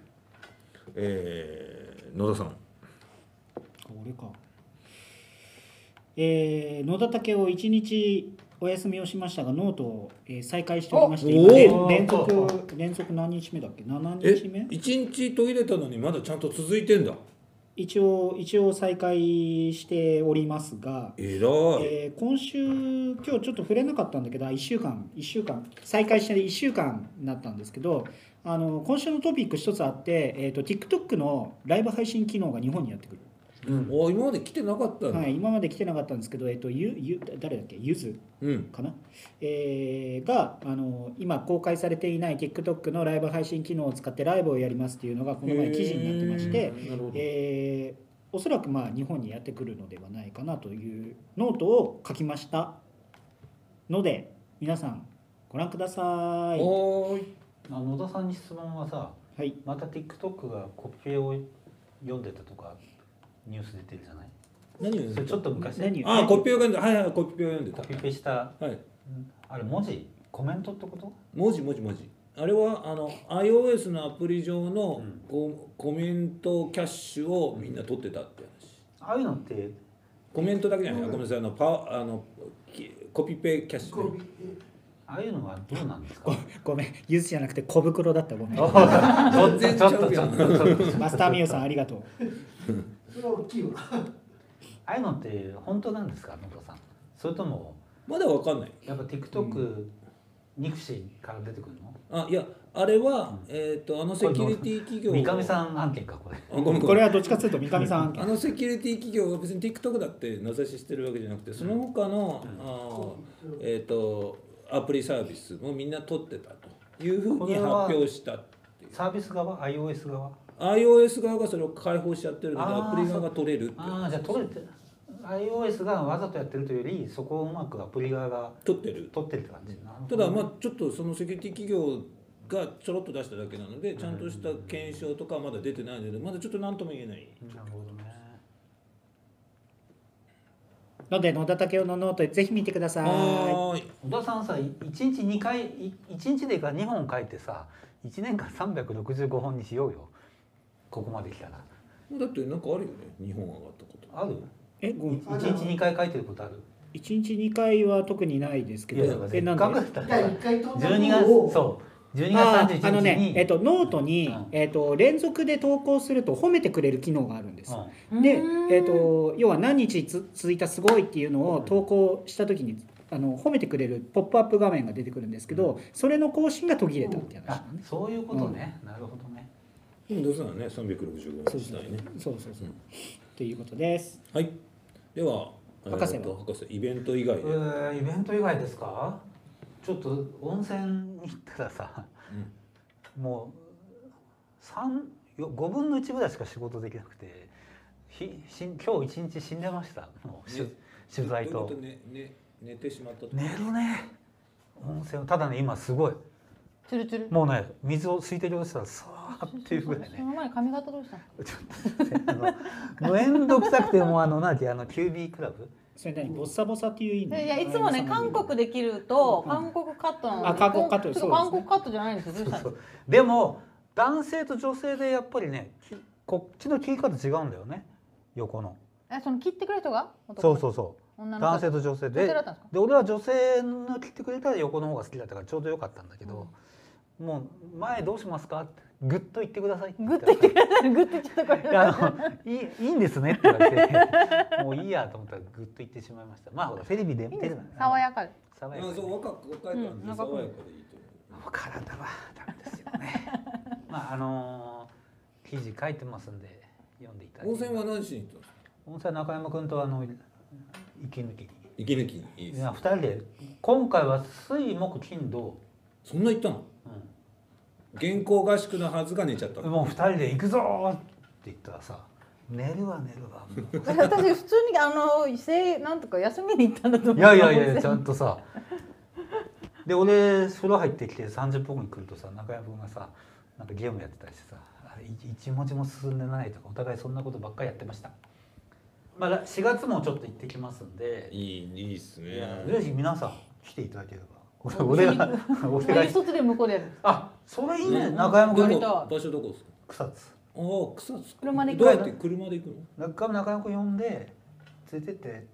野田さん。 俺か。野田武雄1日お休みをしましたがノートを再開しておりまして、連続何日目だっけ？7日目 ？1日途切れたのにまだちゃんと続いてんだ。 一応再開しておりますが、今週今日ちょっと触れなかったんだけど1週間再開して1週間になったんですけど、今週のトピック一つあって、TikTok のライブ配信機能が日本にやってくる。 今まで来てなかったんだ。 はい、今まで来てなかったんですけど、誰だっけ、ゆずかな、が今公開されていない TikTok のライブ配信機能を使ってライブをやりますっていうのがこの前記事になってまして、おそらく日本にやってくるのではないかなというノートを書きましたので皆さんご覧ください。 野田さんに質問はさ、 はい、 また TikTok がコピペを読んでたとかニュース出てるじゃない？ 何を？ それちょっと昔。 コピペを読んで、はいコピペを読んでた。 コピペした。はい。あれ文字コメントってこと？ 文字。あれはiOS のアプリ上のコメントキャッシュをみんな取ってたって話。ああいうのってコメントだけじゃない。ごめんなさいコピペキャッシュね。 ああいうのはどうなんですか？ ごめん、ゆずじゃなくて小袋だった。ごめん。 全然ちゃうやん。 マスターミオさんありがとう。 それは大きいわ。 ああいうのって本当なんですか、野田さん？それともまだわかんない。 やっぱ TikTok、ニクシーから出てくるの？ いやあれはセキュリティ企業。 三上さん案件かこれ。 これはどっちかというと三上さん案件。 セキュリティ企業は別に TikTok だって名指ししてるわけじゃなくて、その他のアプリサービスもみんな取ってたというふうに発表したっていう。 サービス側、iOS 側。 iOS 側がそれを開放しちゃってるのでアプリ側が取れるって。 じゃあ取れて iOS がわざとやってるというよりそこをうまくアプリ側が取ってるって感じ。 ただちょっとそのセキュリティ企業がちょろっと出しただけなのでちゃんとした検証とかはまだ出てないのでまだちょっと何とも言えない。 なるほどね。 ので野田武雄のノートぜひ見てください。 野田さんさ1日2回1日でか2本書いてさ1年間365本にしようよ。ここまで来たらだってなんかあるよね、2本上がったことある ？1 日2回書いてることある ？1日2回は特にないですけど、 なんで12 月そう12月31日にノートに、連続で投稿すると褒めてくれる機能があるんです、で、要は何日続いたすごいっていうのを投稿した時に褒めてくれるポップアップ画面が出てくるんですけど、それの更新が途切れたって話なんです。 そういうことね、なるほどね。 でもどうせならね365日したいね。 そうということです。 はい。では博士イベント以外で。 イベント以外ですか？ちょっと温泉に行ったらさ、もう5分の1ぐらいしか仕事できなくて今日一日死んでました。もう取材と寝てしまったと。 寝るね。温泉ただね今すごいチュルチュルもうね水を水滴をしたらさーっていうぐらいね。 その前髪型どうしたの？ ちょっと面倒くさくてもなんだっけQB クラブ。 それ何ボッサボサっていう意味？ いやいつもね韓国できると韓国カットなので、 韓国カット韓国カットじゃないんですよ。 でも男性と女性でやっぱりねこっちの切り方違うんだよね、横の。 その切ってくれる人がそうそうそう、 女の子男性と女性女で性だったんですか？ で俺は女性の切ってくれたら横の方が好きだったからちょうどよかったんだけど、もう前どうしますかってグッと言ってくださいってグッと言ってください。グッと言っちゃったこれ。 いいんですねって言われてもういいやと思ったらグッと言ってしまいました。まあほらテレビで見てる爽やかで。 爽やかでそう若い感じで爽やかでいいと思う。 体はダメですよねまあ記事書いてますんで読んでいただいて。 温泉は何しに行ったんですか？ 温泉は中山君と息抜きに。 息抜きにいいです。 いや2人で今回は水木金土。 そんな行ったの？原稿合宿のはずが寝ちゃったの。 もう2人で行くぞーって言ったらさ、寝るわ寝るわ私普通になんとか休みに行ったんだと思う。 いやちゃんとさで俺風呂入ってきて30分後に来るとさ、中山君がさなんかゲームやってたりしてさ、あれ一文字も進んでないとかお互いそんなことばっかりやってました。まあ4月もちょっと行ってきますんで、 いいっすね。 ぜひ皆さん来ていただければ。俺が一つで向こうでやる。 あ、それいいね。中山君場所どこですか？ 草津。 ああ、草津。 車で行く。 どうやって車で行くの？ 中山君呼んで連れてって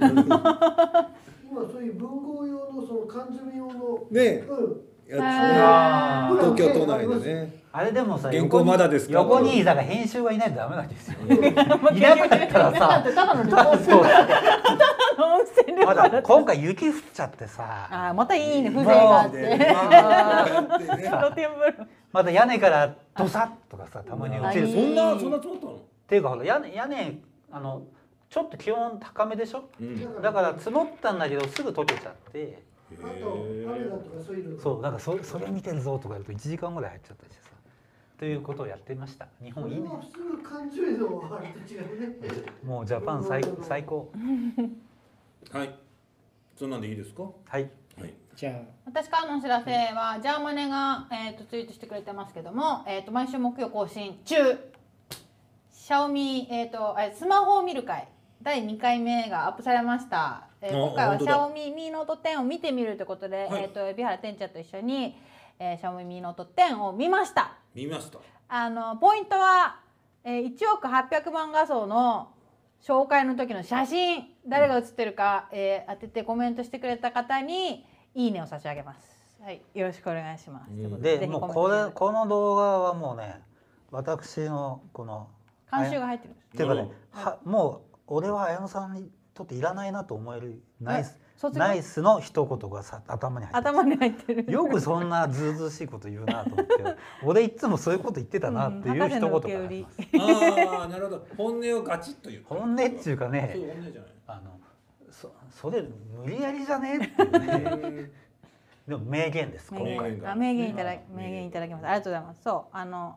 今そういう文豪用のその缶詰用のねあ東京都内でね。 あれでもさ、 原稿まだですか？ 横にだから編集がいないとダメなんですよ。いなかったらさ、 ただの旅行ただの温泉旅行まだ今回雪降っちゃってさ、 またいいね、風情があって露天風呂。 また屋根からドサッとかさ、たまに落ちる。 そんな積もったの？ っていうかほら屋根ちょっと気温高めでしょ。だから積もったんだけどすぐ溶けちゃって。 あと雨だとかそういうの。 そう、だからそれ見てるぞとかやると1時間ぐらい入っちゃったりしてさ、ということをやってました。日本いいね。 普通の缶詰のあれと違うね。 もうジャパン最高。 はい。そんなんでいいですか？ はい。 はい。 じゃあ私からのお知らせはジャーマネが、ツイートしてくれてますけども、毎週木曜更新中。シャオミスマホを見る会第2回目がアップされました。今回はシャオミミノート10を見てみるということで、 はい海老原店長と一緒に、シャオミミノート10を見ました。 見ました。 ポイントは、1億800万画素の紹介の時の写真、誰が写ってるか、当ててコメントしてくれた方にいいねを差し上げます。はい、よろしくお願いします。 でもうこの動画はもうね、私のこの監修が入ってるんです。 っていうかね、もう俺は綾野さんにとっていらないなと思えるナイスの一言が頭に入ってる。よくそんなずうずうしいこと言うなと思って、俺いつもそういうこと言ってたなっていう一言があります。 ああ、なるほど。本音をガチッと言う。 本音っていうかね、 そう本音じゃない。 それ無理やりじゃねえっていうね。でも名言です。今回。 名言いただきます。ありがとうございます。そう、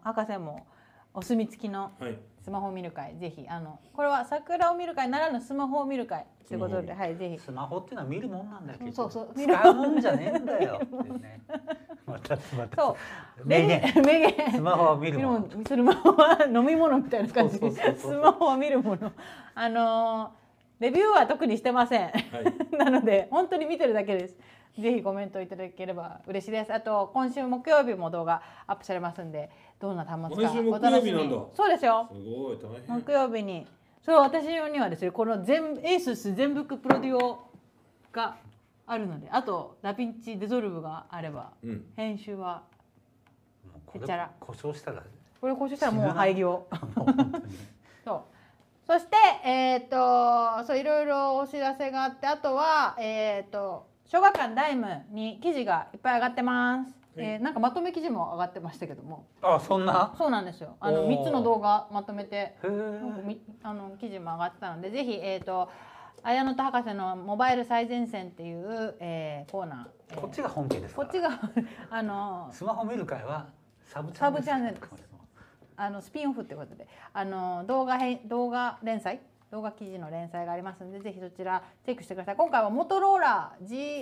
博士もお墨付きのスマホを見る会、ぜひこれは桜を見る会ならぬスマホを見る会ということで、はい、ぜひ。 スマホっていうのは見るもんなんだけど、 そうそう、 使うもんじゃねえんだよってね。またそう名言。スマホは見るもの。 スマホは飲み物みたいな感じで、スマホは見るもの。レビューは特にしてません。なので本当に見てるだけです。ぜひコメントいただければ嬉しいです。あと今週木曜日も動画アップされますんで、どんな端末かお楽しみに。そうですよ。 すごい大変。 木曜日に、それは私にはですね、このASUS 全ブックプロデュオがあるので、あとダヴィンチデゾルブがあれば、編集はへっちゃら。 故障したら。 これ故障したらもう廃業。そう。そしてそういろいろお知らせがあって、あとは小学館ダイムに記事がいっぱい上がってます。なんかまとめ記事も上がってましたけども。 あ、そんな。 そうなんですよ。3つの動画まとめて記事も上がってたので、ぜひ綾野と博士のモバイル最前線っていう、コーナー。 こっちが本家ですか。 こっちがスマホ見る会はサブチャンネルです。スピンオフってことで動画連載動画記事の連載がありますので、ぜひそちらチェックしてください。今回はモトローラ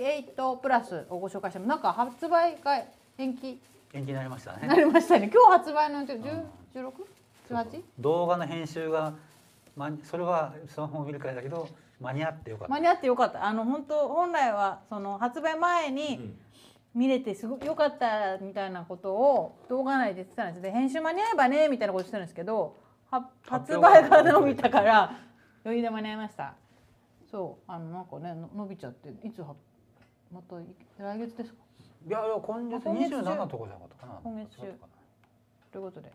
G8 プラスをご紹介しても、なんか発売が延期になりましたね。 なりましたね。今日発売の16、18？ 動画の編集がそれはスマホを見る会だけど間に合ってよかった。 間に合ってよかった。本来はその発売前に見れてすごく良かったみたいなことを動画内で言ってたんです。で編集間に合えばねみたいなことしてるんですけど、 発売から伸びたから余裕で間に合いました。そうなんかね伸びちゃっていつまた来月ですか？ いや今月27とかじゃなかったかな。 今月中ということで。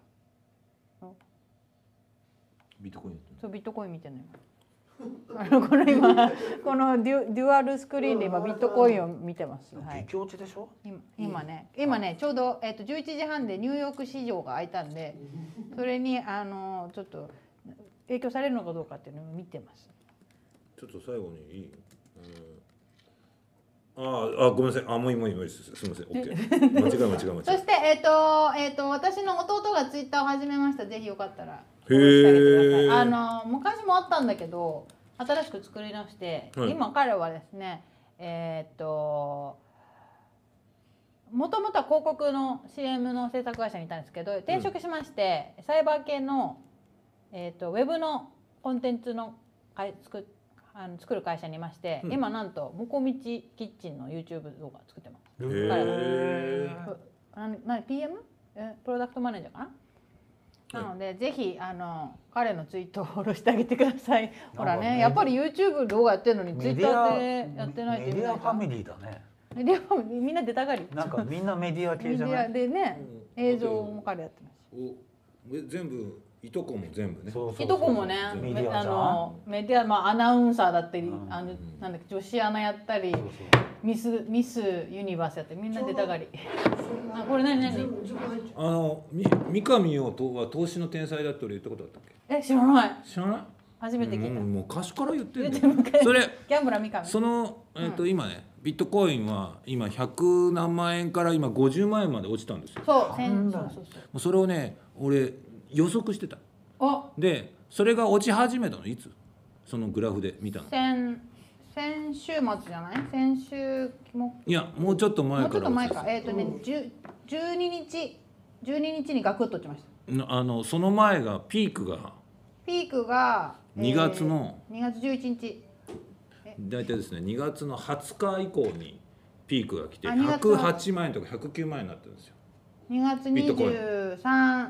ビットコイン。 そうビットコイン見てない。この今このデュアルスクリーンで今ビットコインを見てます。はい。 激落ちでしょ？ 今ねちょうど11時半でニューヨーク市場が開いたんで、それにちょっと影響されるのかどうかっていうのを見てます。 ちょっと最後にいい？ごめんなさい。もういいです。すみません。OK。間違え。 そして私の弟がツイッターを始めました。ぜひよかったらへえ。 昔もあったんだけど新しく作り直して、今彼はですねもともとは広告の CM の制作会社にいたんですけど転職しまして、サイバー系のウェブのコンテンツの作る会社にいまして、今なんともこみちキッチンの YouTube 動画作ってます。PM？ プロダクトマネージャーかな。なのでぜひ彼のツイートをフォローしてあげてください。ほらねやっぱり YouTube 動画やってるのにツイッターでやってないといけない。 メディアファミリーだね。 メディアファミリーみんな出たがり。 なんかみんなメディア系じゃない。 メディアでね映像も彼やってます。 全部いとこも全部ね。 いとこもねメディアアナウンサーだったりなんだっけ女子アナやったりミスユニバースやったりみんな出たがり。これ何？ 三上洋は投資の天才だって俺言ったことあったっけ？ 知らない。 知らない？ 初めて聞いた。 もう昔から言ってるんだよ。それギャンブラー三上。 その今ねビットコインは今100何万円から今50万円まで落ちたんですよ。 そう。 それをね俺予測してた。でそれが落ち始めたのいつ？そのグラフで見たの。 先週末じゃない？先週も。 いやもうちょっと前から。 もうちょっと前か。12日にガクッと落ちました。 その前がピークが2月 11日。 大体ですね2月の20日以降にピークが来て108万円とか109万円になってるんですよ。 2月23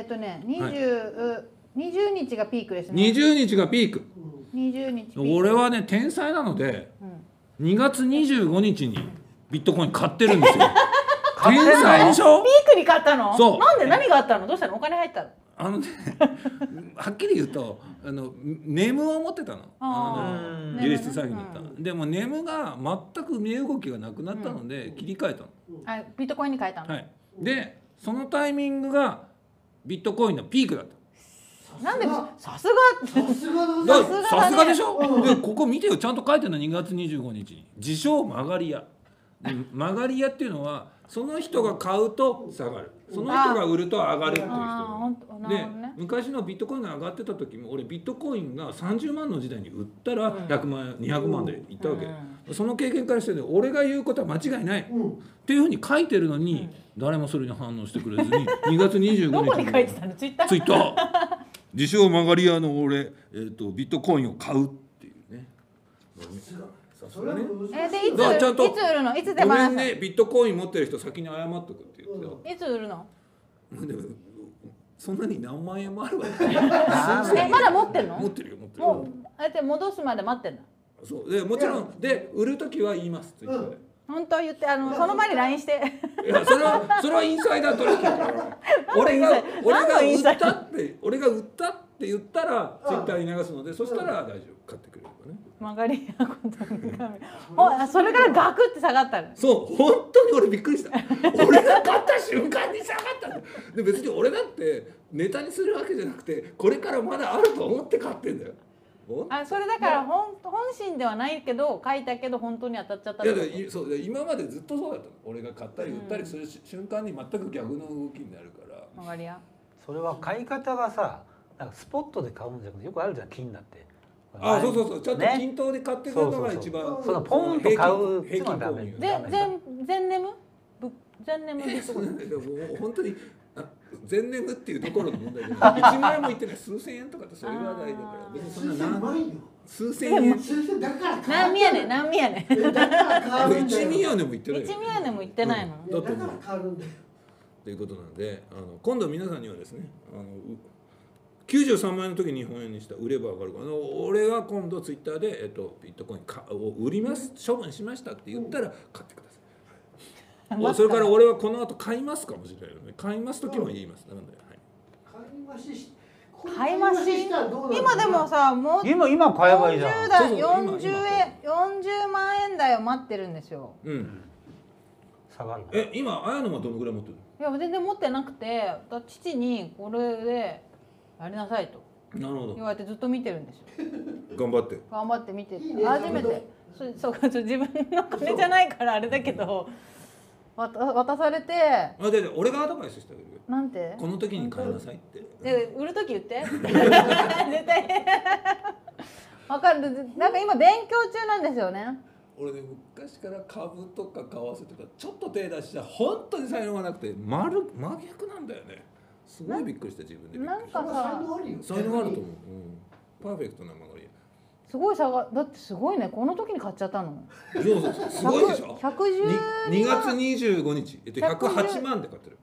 20日がピークですね。 20日がピーク。 20日。 俺はね天才なので、2月25日にビットコイン買ってるんですよ。天才でしょ？ ピークに買ったの？ そう。 なんで何があったの？どうしたの？お金入ったの？ はっきり言うとネムを持ってたの。流出詐欺だった。でもネムが全く値動きがなくなったので切り替えたの。 ビットコインに変えたの。 はい。でそのタイミングがビットコインのピークだった。 なんでさすがでしょ。でここ見てよちゃんと書いてるの2月25日に自称曲がり屋。曲がり屋っていうのはその人が買うと下がる、その人が売ると上がるっていう人で、昔のビットコインが上がってた時も俺ビットコインが30万の時代に売ったら100万円200万でいったわけ。その経験からして俺が言うことは間違いないっていうふうに書いてるのに誰もそれに反応してくれずに2月25日にどこに書いてたの？ツイッター自称曲がり屋の俺、ビットコインを買うっていうね。 でいつ売るの？いつでもごめんねビットコイン持ってる人先に謝っとくって言ってた。 いつ売るの？ でもそんなに何万円もあるわけまだ持ってんの？ 持ってるよ。 もうあえて戻すまで待ってんだ。 そうでもちろんで売るときは言いますツイッターで。 本当言ってその前に LINE して。 いやそれはインサイダー取引だから。俺が売ったって言ったらツイッターに流すので、そしたら大丈夫買ってくれるからね。 曲がりやことそれからガクって下がったの。 そう本当に俺びっくりした。俺が買った瞬間に下がったの。で別に俺だってネタにするわけじゃなくてこれからまだあると思って買ってんだよ。 それだから本心ではないけど書いたけど本当に当たっちゃったってこと。 いやそう今までずっとそうだったの。俺が買ったり売ったりする瞬間に全く逆の動きになるから。 曲がりや。 それは買い方がさなんかスポットで買うんじゃなくてよくあるじゃん金だって。 そうちゃんと均等で買ってくるのが一番。 そのポンと買う平均購入。 全ネムビットコイン。 でも本当に全ネムっていうところの問題で1万円もいってない数千円とかってそれぐらいだから別にそんな数千円何ミヤネ 1ミヤネもいってない。 1ミヤネもいってないの。 だということなんで今度皆さんにはですね 93万円の時に日本円にした売れば上がるから、俺が今度ツイッターで、ビットコインを売ります処分しましたって言ったら買ってください。それから俺はこの後買いますかもしれないので、買います時も言います。なので、はい、 買い増し今でもさもう今買えばいいじゃん。 40万円台を待ってるんですよ。 下がる。 今綾野はどのぐらい持ってるいや全然持ってなくて、父にこれでやりなさいとの？なるほど。 言われてずっと見てるんですよ。 頑張って。 頑張って見て初めてそうか、自分の金じゃないからあれだけど渡されて。 で俺がアドバイスしてあげるよ。 なんて？ この時に買いなさいって。 で売る時言って絶対わかる。なんか今勉強中なんですよね。 俺ね、昔から株とか為替とかちょっと手出したら本当に才能がなくて真逆なんだよね。すごいびっくりした。自分でびっくりなんかさ才能があると思う。パーフェクトな曲がり。 すごい差がだってすごいね。この時に買っちゃったの。 そうすごいでしょ。 110 2月25日108万で買ってる。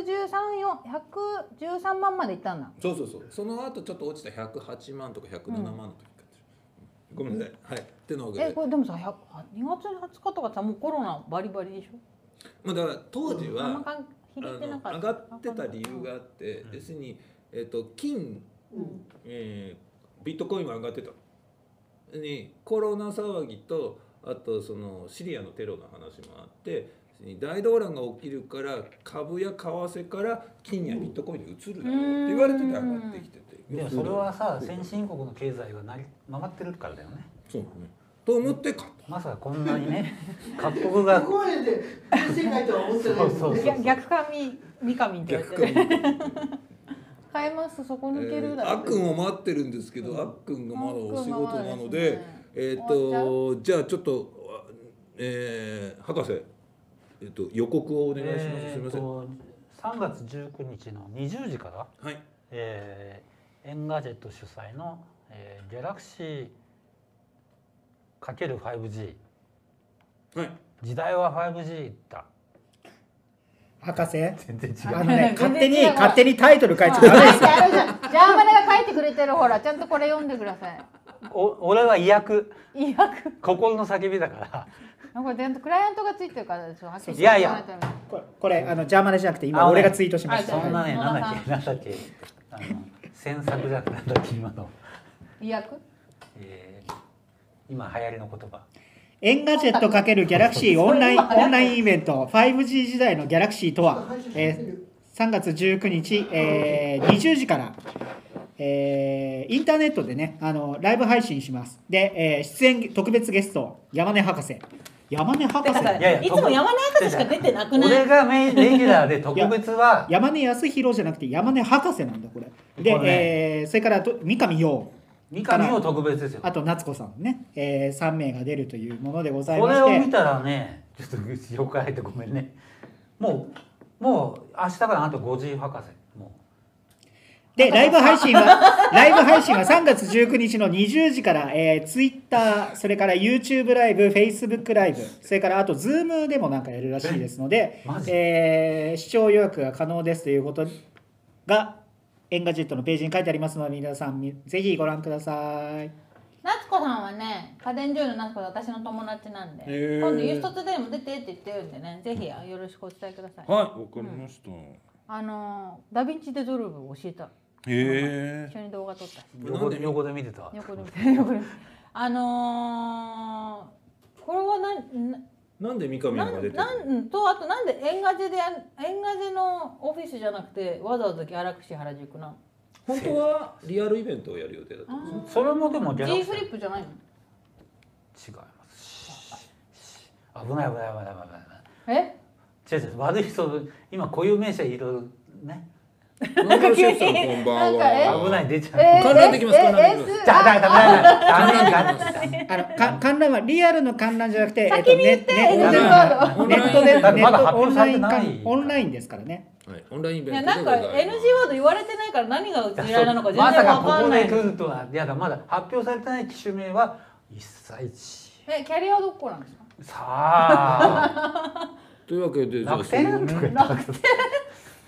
113万までいったんだ。 そうその後ちょっと落ちた108万とか107万の時買ってる。ごめんなさい。はい。ってのわけで。 これでもさ2月20日とかさもうコロナバリバリでしょ。 だから当時は上がってた理由があって、要するに金、ビットコインは上がってた。にコロナ騒ぎとあとそのシリアのテロの話もあって、大動乱が起きるから株や為替から金やビットコインに移るだろうって言われてて上がってきてて。 でもそれはさ、先進国の経済が回ってるからだよね。 そうだね。と思って買った。 まさかこんなにね、各国がすごいで世界とは思ってない。 逆か三上って言われてる。買えます。そこ抜けるだろ。 あっくんを待ってるんですけど、あっくんがまだお仕事なので、じゃあちょっと博士、予告をお願いします。すみません。 3月19日の20時から、 はい、 エンガジェット主催の、ギャラクシー ×5G、はい、時代は 5G だ。 博士、 全然違う。 勝手にタイトル書いてください。 ジャーマネが書いてくれてる。ほらちゃんとこれ読んでください。 俺は意訳心の叫びだから。 これクライアントがついてるからでしょ。 いやいやこれジャーマネじゃなくて今俺がツイートしました。 そんなね、なんだっけ詮索じゃなくてなんだっけ今の意訳、 今流行りの言葉。 エンガジェット×ギャラクシーオンラインイベント 5G 時代のギャラクシーとは、3月19日、20時から、インターネットでねライブ配信します。で、出演特別ゲスト山根博士。いつも山根博士しか出てなくない？ 俺がレギュラーで特別は山根康弘じゃなくて山根博士なんだこれ。で、それから三上洋特別ですよ。 あと夏子さんね、3名が出るというものでございまして、 これを見たらね、ちょっと横から入ってごめんね。もう明日からあと5G 博士。 でライブ配信は3月19日の20時から、Twitter、それから YouTube ライブ、Facebook ライブ、それからあと Zoom でもなんかやるらしいですので、視聴予約が可能ですということがエンガジェットのページに書いてありますので、皆さんぜひご覧ください。 夏子さんはね、家電女優の夏子さん、私の友達なんで、今度ユーストツデーも出てって言ってるんでね、ぜひよろしくお伝えください。 はい、わかりました。 ダヴィンチデゾルブを教えた。一緒に動画撮ったし。 横で見てた。 横で見てた。これはなんで三上が出てる？ あとなんでエンガジェのオフィスじゃなくてわざわざギャラクシー原宿なの？ 本当はリアルイベントをやる予定だったんです。 それもでも G フリップじゃないの？ 違います。危ない。違う悪い人今固有名詞いろいろね。 なんかシェフさんこんばんは。 危ない出ちゃう。 観覧できます。 観覧はリアルの観覧じゃなくて、 先に言ってオンラインですからね。 はい、オンラインイベントでなんか NG ワード言われてないから何が嫌いなのか全然まさかわかんない。 ここで来るとは。いやまだ発表されてない機種名は一切。 キャリアはどこなんですか？ さあ。 というわけで楽天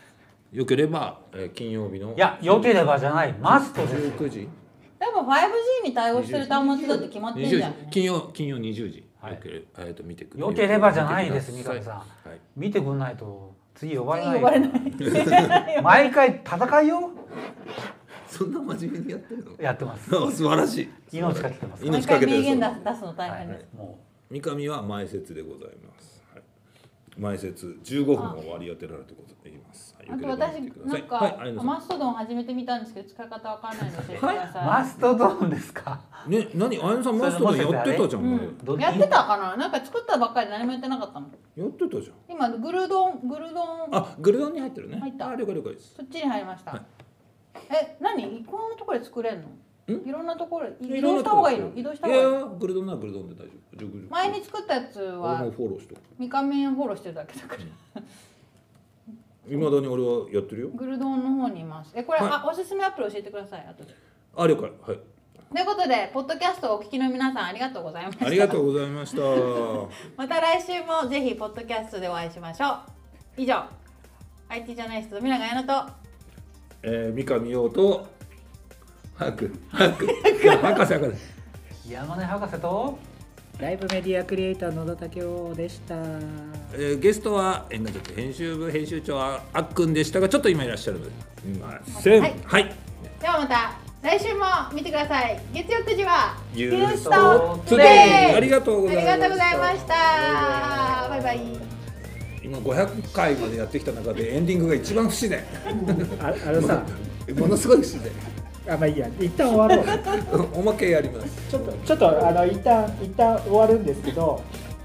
よければ、金曜日のいや良ければじゃないマストですよ。 19時でも 5G に対応してる端末だって決まってんじゃん。 金曜20時、 はいよけれ見てく良ければじゃないです見てくだ三上さん、 はい見てくんないと次呼ばれない次呼ばれない。 毎回戦いよ。 そんな真面目にやってるのやってます。 素晴らしい。 命かけてます。 命毎回名言出すの大変です。 も三上は前説でございます、はい、前説15分を割り当てられてございます。はい、 あとよければ私見てくださいなんか、 はい、有野さんマストドン初めて見たんですけど使い方わかんないので教えてくだうさい。 マストドンですか。 ね、何、あやのさんマストドンやってたじゃん、 うん前どっちやってたかな。なんか作ったばっかりで何もやってなかったの。 やってたじゃん。 今グルドンあ、グルドンに入ってるね。 入ったあ、了解了解です。 そっちに入りました。 はい何？こんなところで作れるの？いろんなところ移いろんなとこ動した方がいいの？移動した方がいいの？ いや、グルドンならグルドンで大丈夫。じゃあグルドン前に作ったやつ俺はもフォローしとく。 三上フォローしてるだけだから。 未だに俺はやってるよ。 グルドンの方にいます。これ、 はいおすすめアプリ教えてください。後で。 あ、了解。はい。 ということで、ポッドキャストをお聞きの皆さんありがとうございました。 ありがとうございました。 また来週もぜひポッドキャストでお会いしましょう。以上、IT ジャーナリスト富永彩乃と三上陽と早く博士山根博士とライブメディアクリエイター野田武雄でした。 ゲストは演歌局編集部編集長あっくんでしたが、ちょっと今いらっしゃるいません。 はいはい。 ではまた来週も見てください。月曜9時はユユーストーストトゥデイ。 ありがとうございました。 ありがとうございました。バイバイ。 今500回までやってきた中でエンディングが一番不自然。 あのさ、 ものすごい不自然。 まあいいや、一旦終わろう。 おまけやります。 ちょっと一旦終わるんですけど、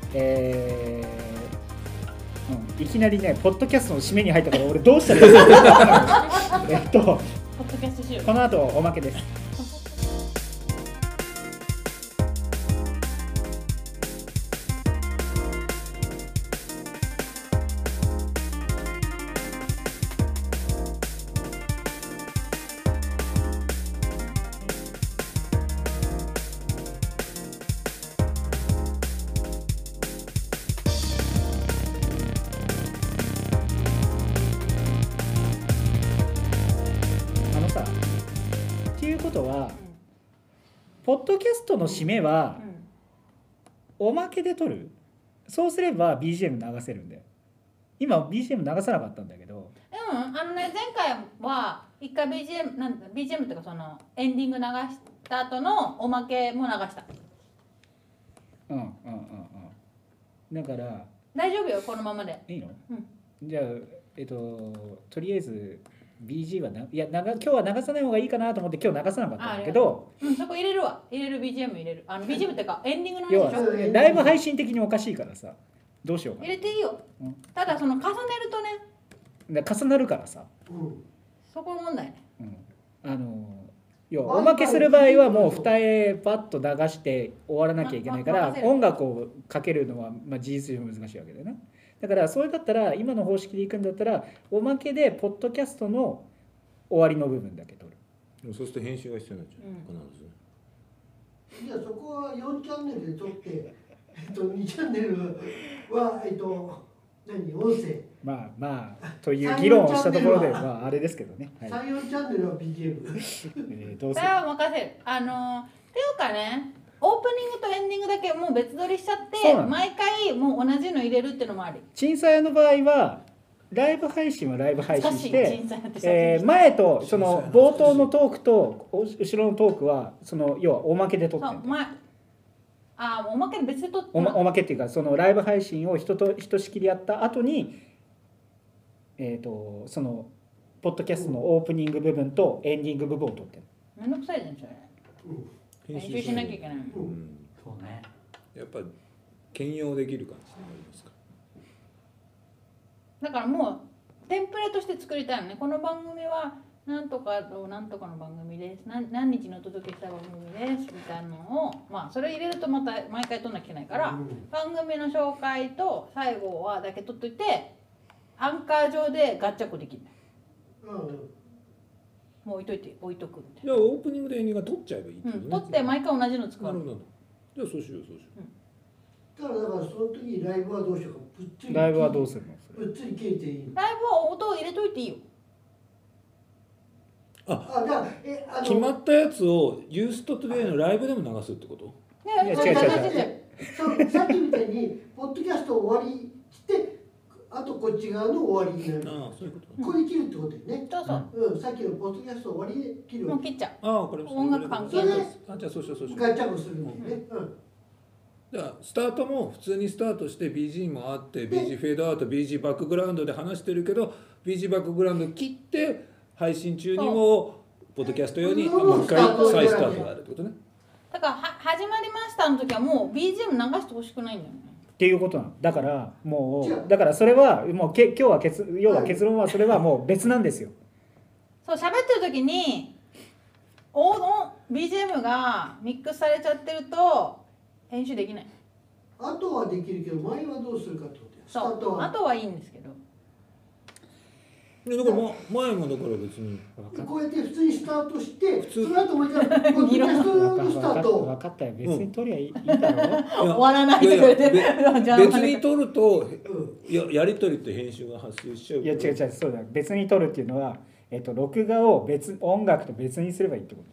いきなりね、ポッドキャストの締めに入ったから俺どうしたらいいのポッドキャストしよう。 この後おまけです。っていうことは、ポッドキャストの締めはおまけで撮る。そうすれば BGM 流せるんだよ。今 BGM 流さなかったんだけど。 前回は一回 BGM っていうかそのエンディング流した後のおまけも流した。 だから大丈夫よ、このままで。 いいの？ うん。 じゃあとりあえず BG は今日は流さない方がいいかなと思って今日流さなかったんだけど、 そこ入れるわ。入れる BGM 入れる。BGM っていうかエンディングの要は話でしょ。 ライブ配信的におかしいからさ、どうしようか入れていいよ。ただその重ねるとね、 な。重なるからさ、 そこ問題ね。 要はおまけする場合はもう二重パッと流して終わらなきゃいけないから音楽をかけるのは事実上難しいわけだよね。だからそれだったら今の方式でいくんだったらおまけでポッドキャストの終わりの部分だけ取る。 でもそうすると編集が必要になっちゃう。必ずね。 じゃあそこは4チャンネルで撮って2チャンネルは音声まあという議論をしたところであれですけどね。 3、4チャンネルは BGM どうせそれは任せる。っていうかね、オープニングとエンディングだけもう別撮りしちゃってそうなの毎回もう同じの入れるっていうのもあり。 鎮西屋の場合はライブ配信はライブ配信して難しい鎮西屋って前とその冒頭のトークと後ろのトークはその要はおまけで撮ってるんだよ。 おまけで別で撮っておまけっていうかそのライブ配信をひとしきりやった後にそのポッドキャストのオープニング部分とエンディング部分を撮ってる。 めんどくさいじゃんそれ。編集しなきゃいけない。 そうね。 やっぱ兼用できる感じになりますか。 だからもうテンプレとして作りたいのね。この番組はなんとかとなんとかの番組です。何日にお届けした番組ですみたいなのをそれ入れるとまた毎回撮んなきゃいけないから、番組の紹介と最後はだけ撮っといてアンカー上でガッチャコできる。もう置いとくみたいな。 じゃあオープニングでエンディングが撮っちゃえばいいってことね。 撮って毎回同じの使う。 なるほど。じゃあそうしよう。 だからその時にライブはどうしようか。 ライブはどうするの？ ぶっつり切れていい。 ライブは音を入れといていいよ。 あ、じゃあ決まったやつをユーストトゥデイのライブでも流すってこと？ ね、 いやそう違う違う違う。 そうさっきみたいにポッドキャスト終わりしてあとこっち側の終わりになる。 ああ、そういうこと。 これ切るってことだよね。 そうそう。 さっきのポッドキャスト終わりで切るわけ。 もう切っちゃう。 ああ、これ音楽関係ないあ、じゃあそうしようそうしよう。 ガチャンコするんだよね。 じゃあスタートも普通にスタートして BG もあって BG フェードアウト BG バックグラウンドで話してるけど BG バックグラウンド切って配信中にもポッドキャスト用にもう一回再スタートがあるってことね。 だから始まりましたの時はもう BGM 流してほしくないんだよね。 っていうことなの。だからも違ううだからそれはもう今日は要は結論はそれはもう別なんですよ。 そう喋ってる時にBGM がミックスされちゃってると編集できない。 あとはできるけど前はどうするかってことよ。スタそうートはあとはいいんですけど。 だから前もだから別にこうやって普通にスタートしてその後もう一回ポッドキャストのスタート。 分かったよ。別に取りゃいいだろ。 終終わらないでくれて別に撮るとやり取りって編集が発生しちゃう。 いや違う違う、そうだ。別に取るっていうのは録画を音楽と別にすればいいってこと。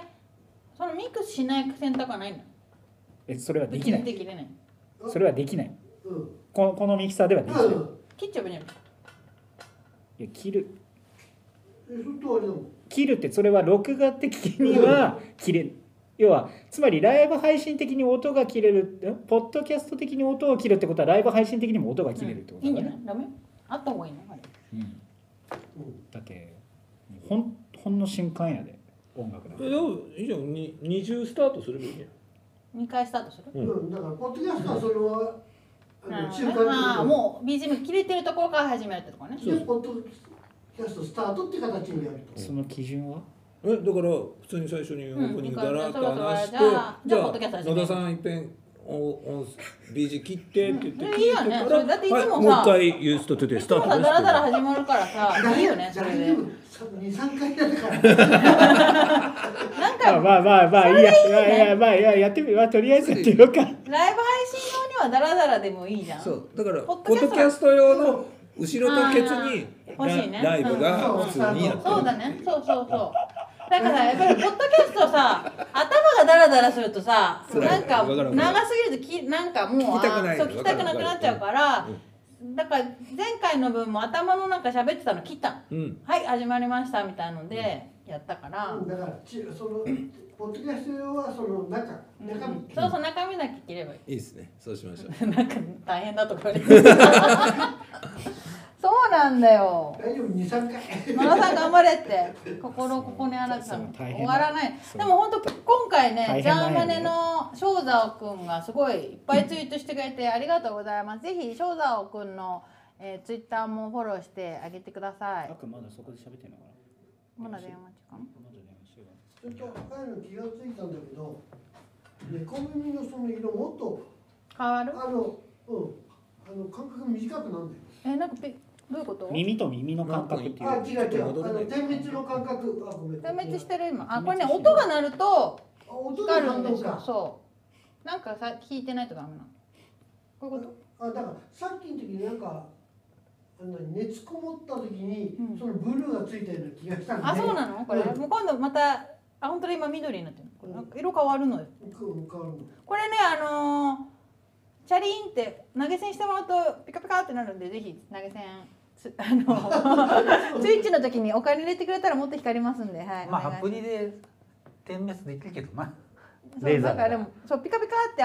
そのミックスしない選択はないの？ それはできない。 できれない。 それはできない。 うんこのミキサーではできない。 切っちゃえばいいんじゃない？ いや切るそれとあれだもん。 切るってそれは録画的には切れる。要はつまりライブ配信的に音が切れる、ポッドキャスト的に音を切るってことはライブ配信的にも音が切れるってこといいんじだね。 ゃない？ダメ？あった方がいいのあれ。 だってほんの瞬間やで音楽だから。 いいじゃん。二重スタートすればいいじゃん。 2回スタートする？ だからポッドキャストはそれは中間ああもう BGM 切れてるところから始めるってとこね。 でポッドキャストスタートって形にやると。 その基準はだから普通に最初にオープニングだらっと話して、 じゃあポッドキャスト始める野田さんいっぺんBG 切ってって言っていいよね。それだっていつもさ、 もう一回ユーストトゥデイスタートダラダラ始まるからさ、いいよねそれで。 2,3 回やるからなんかまあいいややってみよう。とりあえずやってみようか。 ライブ配信用にはダラダラでもいいじゃん。 そうだからポポッッドキャストドキャスト用の後ろとケツに欲しいねライブが普通にやってる。 そうだね。そう。だからやっぱりポッドキャストさ、頭がダラダラするとさ、なんか長すぎるとなんかもう聞きたくないそう聞きたくなくなっちゃうから。だから前回の分も頭の中喋ってたの切ったの、はい始まりましたみたいのでやったから、 だからそのポッドキャスト用はその中身、 そう中身だけ切ればいい。 いいですね。そうしましょう。 なんか大変だとか言われてそうなんだよ。 大丈夫2、3回野田さん頑張れってここにあらずさん終わらない。でも本当今回ねジャーマネの正沢くんがすごいいっぱいツイートしてくれてありがとうございます。ぜひ正沢くんのツイッターもフォローしてあげてください。 まだそこで喋ってんのかな。 まだ電話中かな。 ちょっと前の気がついたんだけど猫耳のその色もっと変わる？ 間隔短くなんだよ。 なんかどういうこと？ 耳と耳の感覚っていう。 違う点滅の感覚。 点滅してる今。これね音が鳴ると光るんですよ。 かそうなんかさ聞いてないとダメなの。こういうこと？ だからさっきの時になんか熱こもった時にそのブルーがついたような気がしたんで。 あ、そうなの？これもう今度また本当に今緑になってる。これなんか色変わるのよ。これねチャリンって投げ銭してもらうとピカピカってなるんでぜひ投げ銭スイッチの時にお金入れてくれたらもっと光りますんで、はい。 まあアプリで点滅できるけどな。 レーザーだからでもそうピカピカって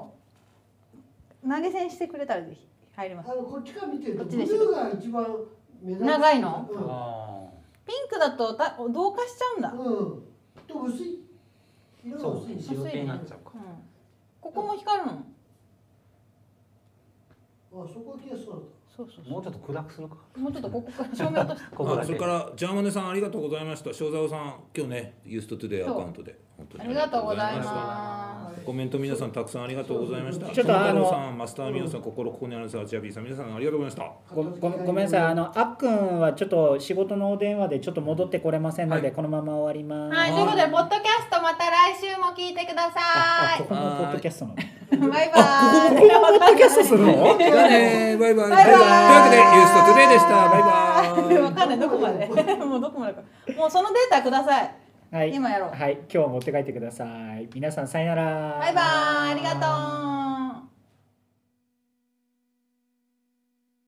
投げ銭してくれたらぜひ入ります。 こっちから見てるとブルーが一番目立つ。 長いの？ピンクだと同化しちゃうんだ。 と薄い色が薄い。 白系になっちゃうか。 ここも光るの？ そこは気がそうだ。 もうちょっと暗くするか。 もうちょっとここから照明落として。 それからジャーマネさんありがとうございました。正沢さん今日ねユーストトゥデイアカウントで本当にありがとうございます。 コメント皆さんたくさんありがとうございました。 ちょっとさん、マスターミオさん、ここにあるさん、ジャビーさん、皆さんありがとうございました。 ごめんなさい、あっくんはちょっと仕事のお電話でちょっと戻ってこれませんので、このまま終わります。 はい、ということでポッドキャストまた来週も聞いてください。 ここもポッドキャストなの。 バイバイ。 ここもポッドキャストするの？ じゃあね、バイバイ。というわけでユーストトゥデイでした。バイバイ。 わかんないどこまでもうどこまで。 るからもうそのデータください。 はい、 今やろう。 はい、今日持って帰ってください。皆さんさよなら。 バイバイ、ありがとう。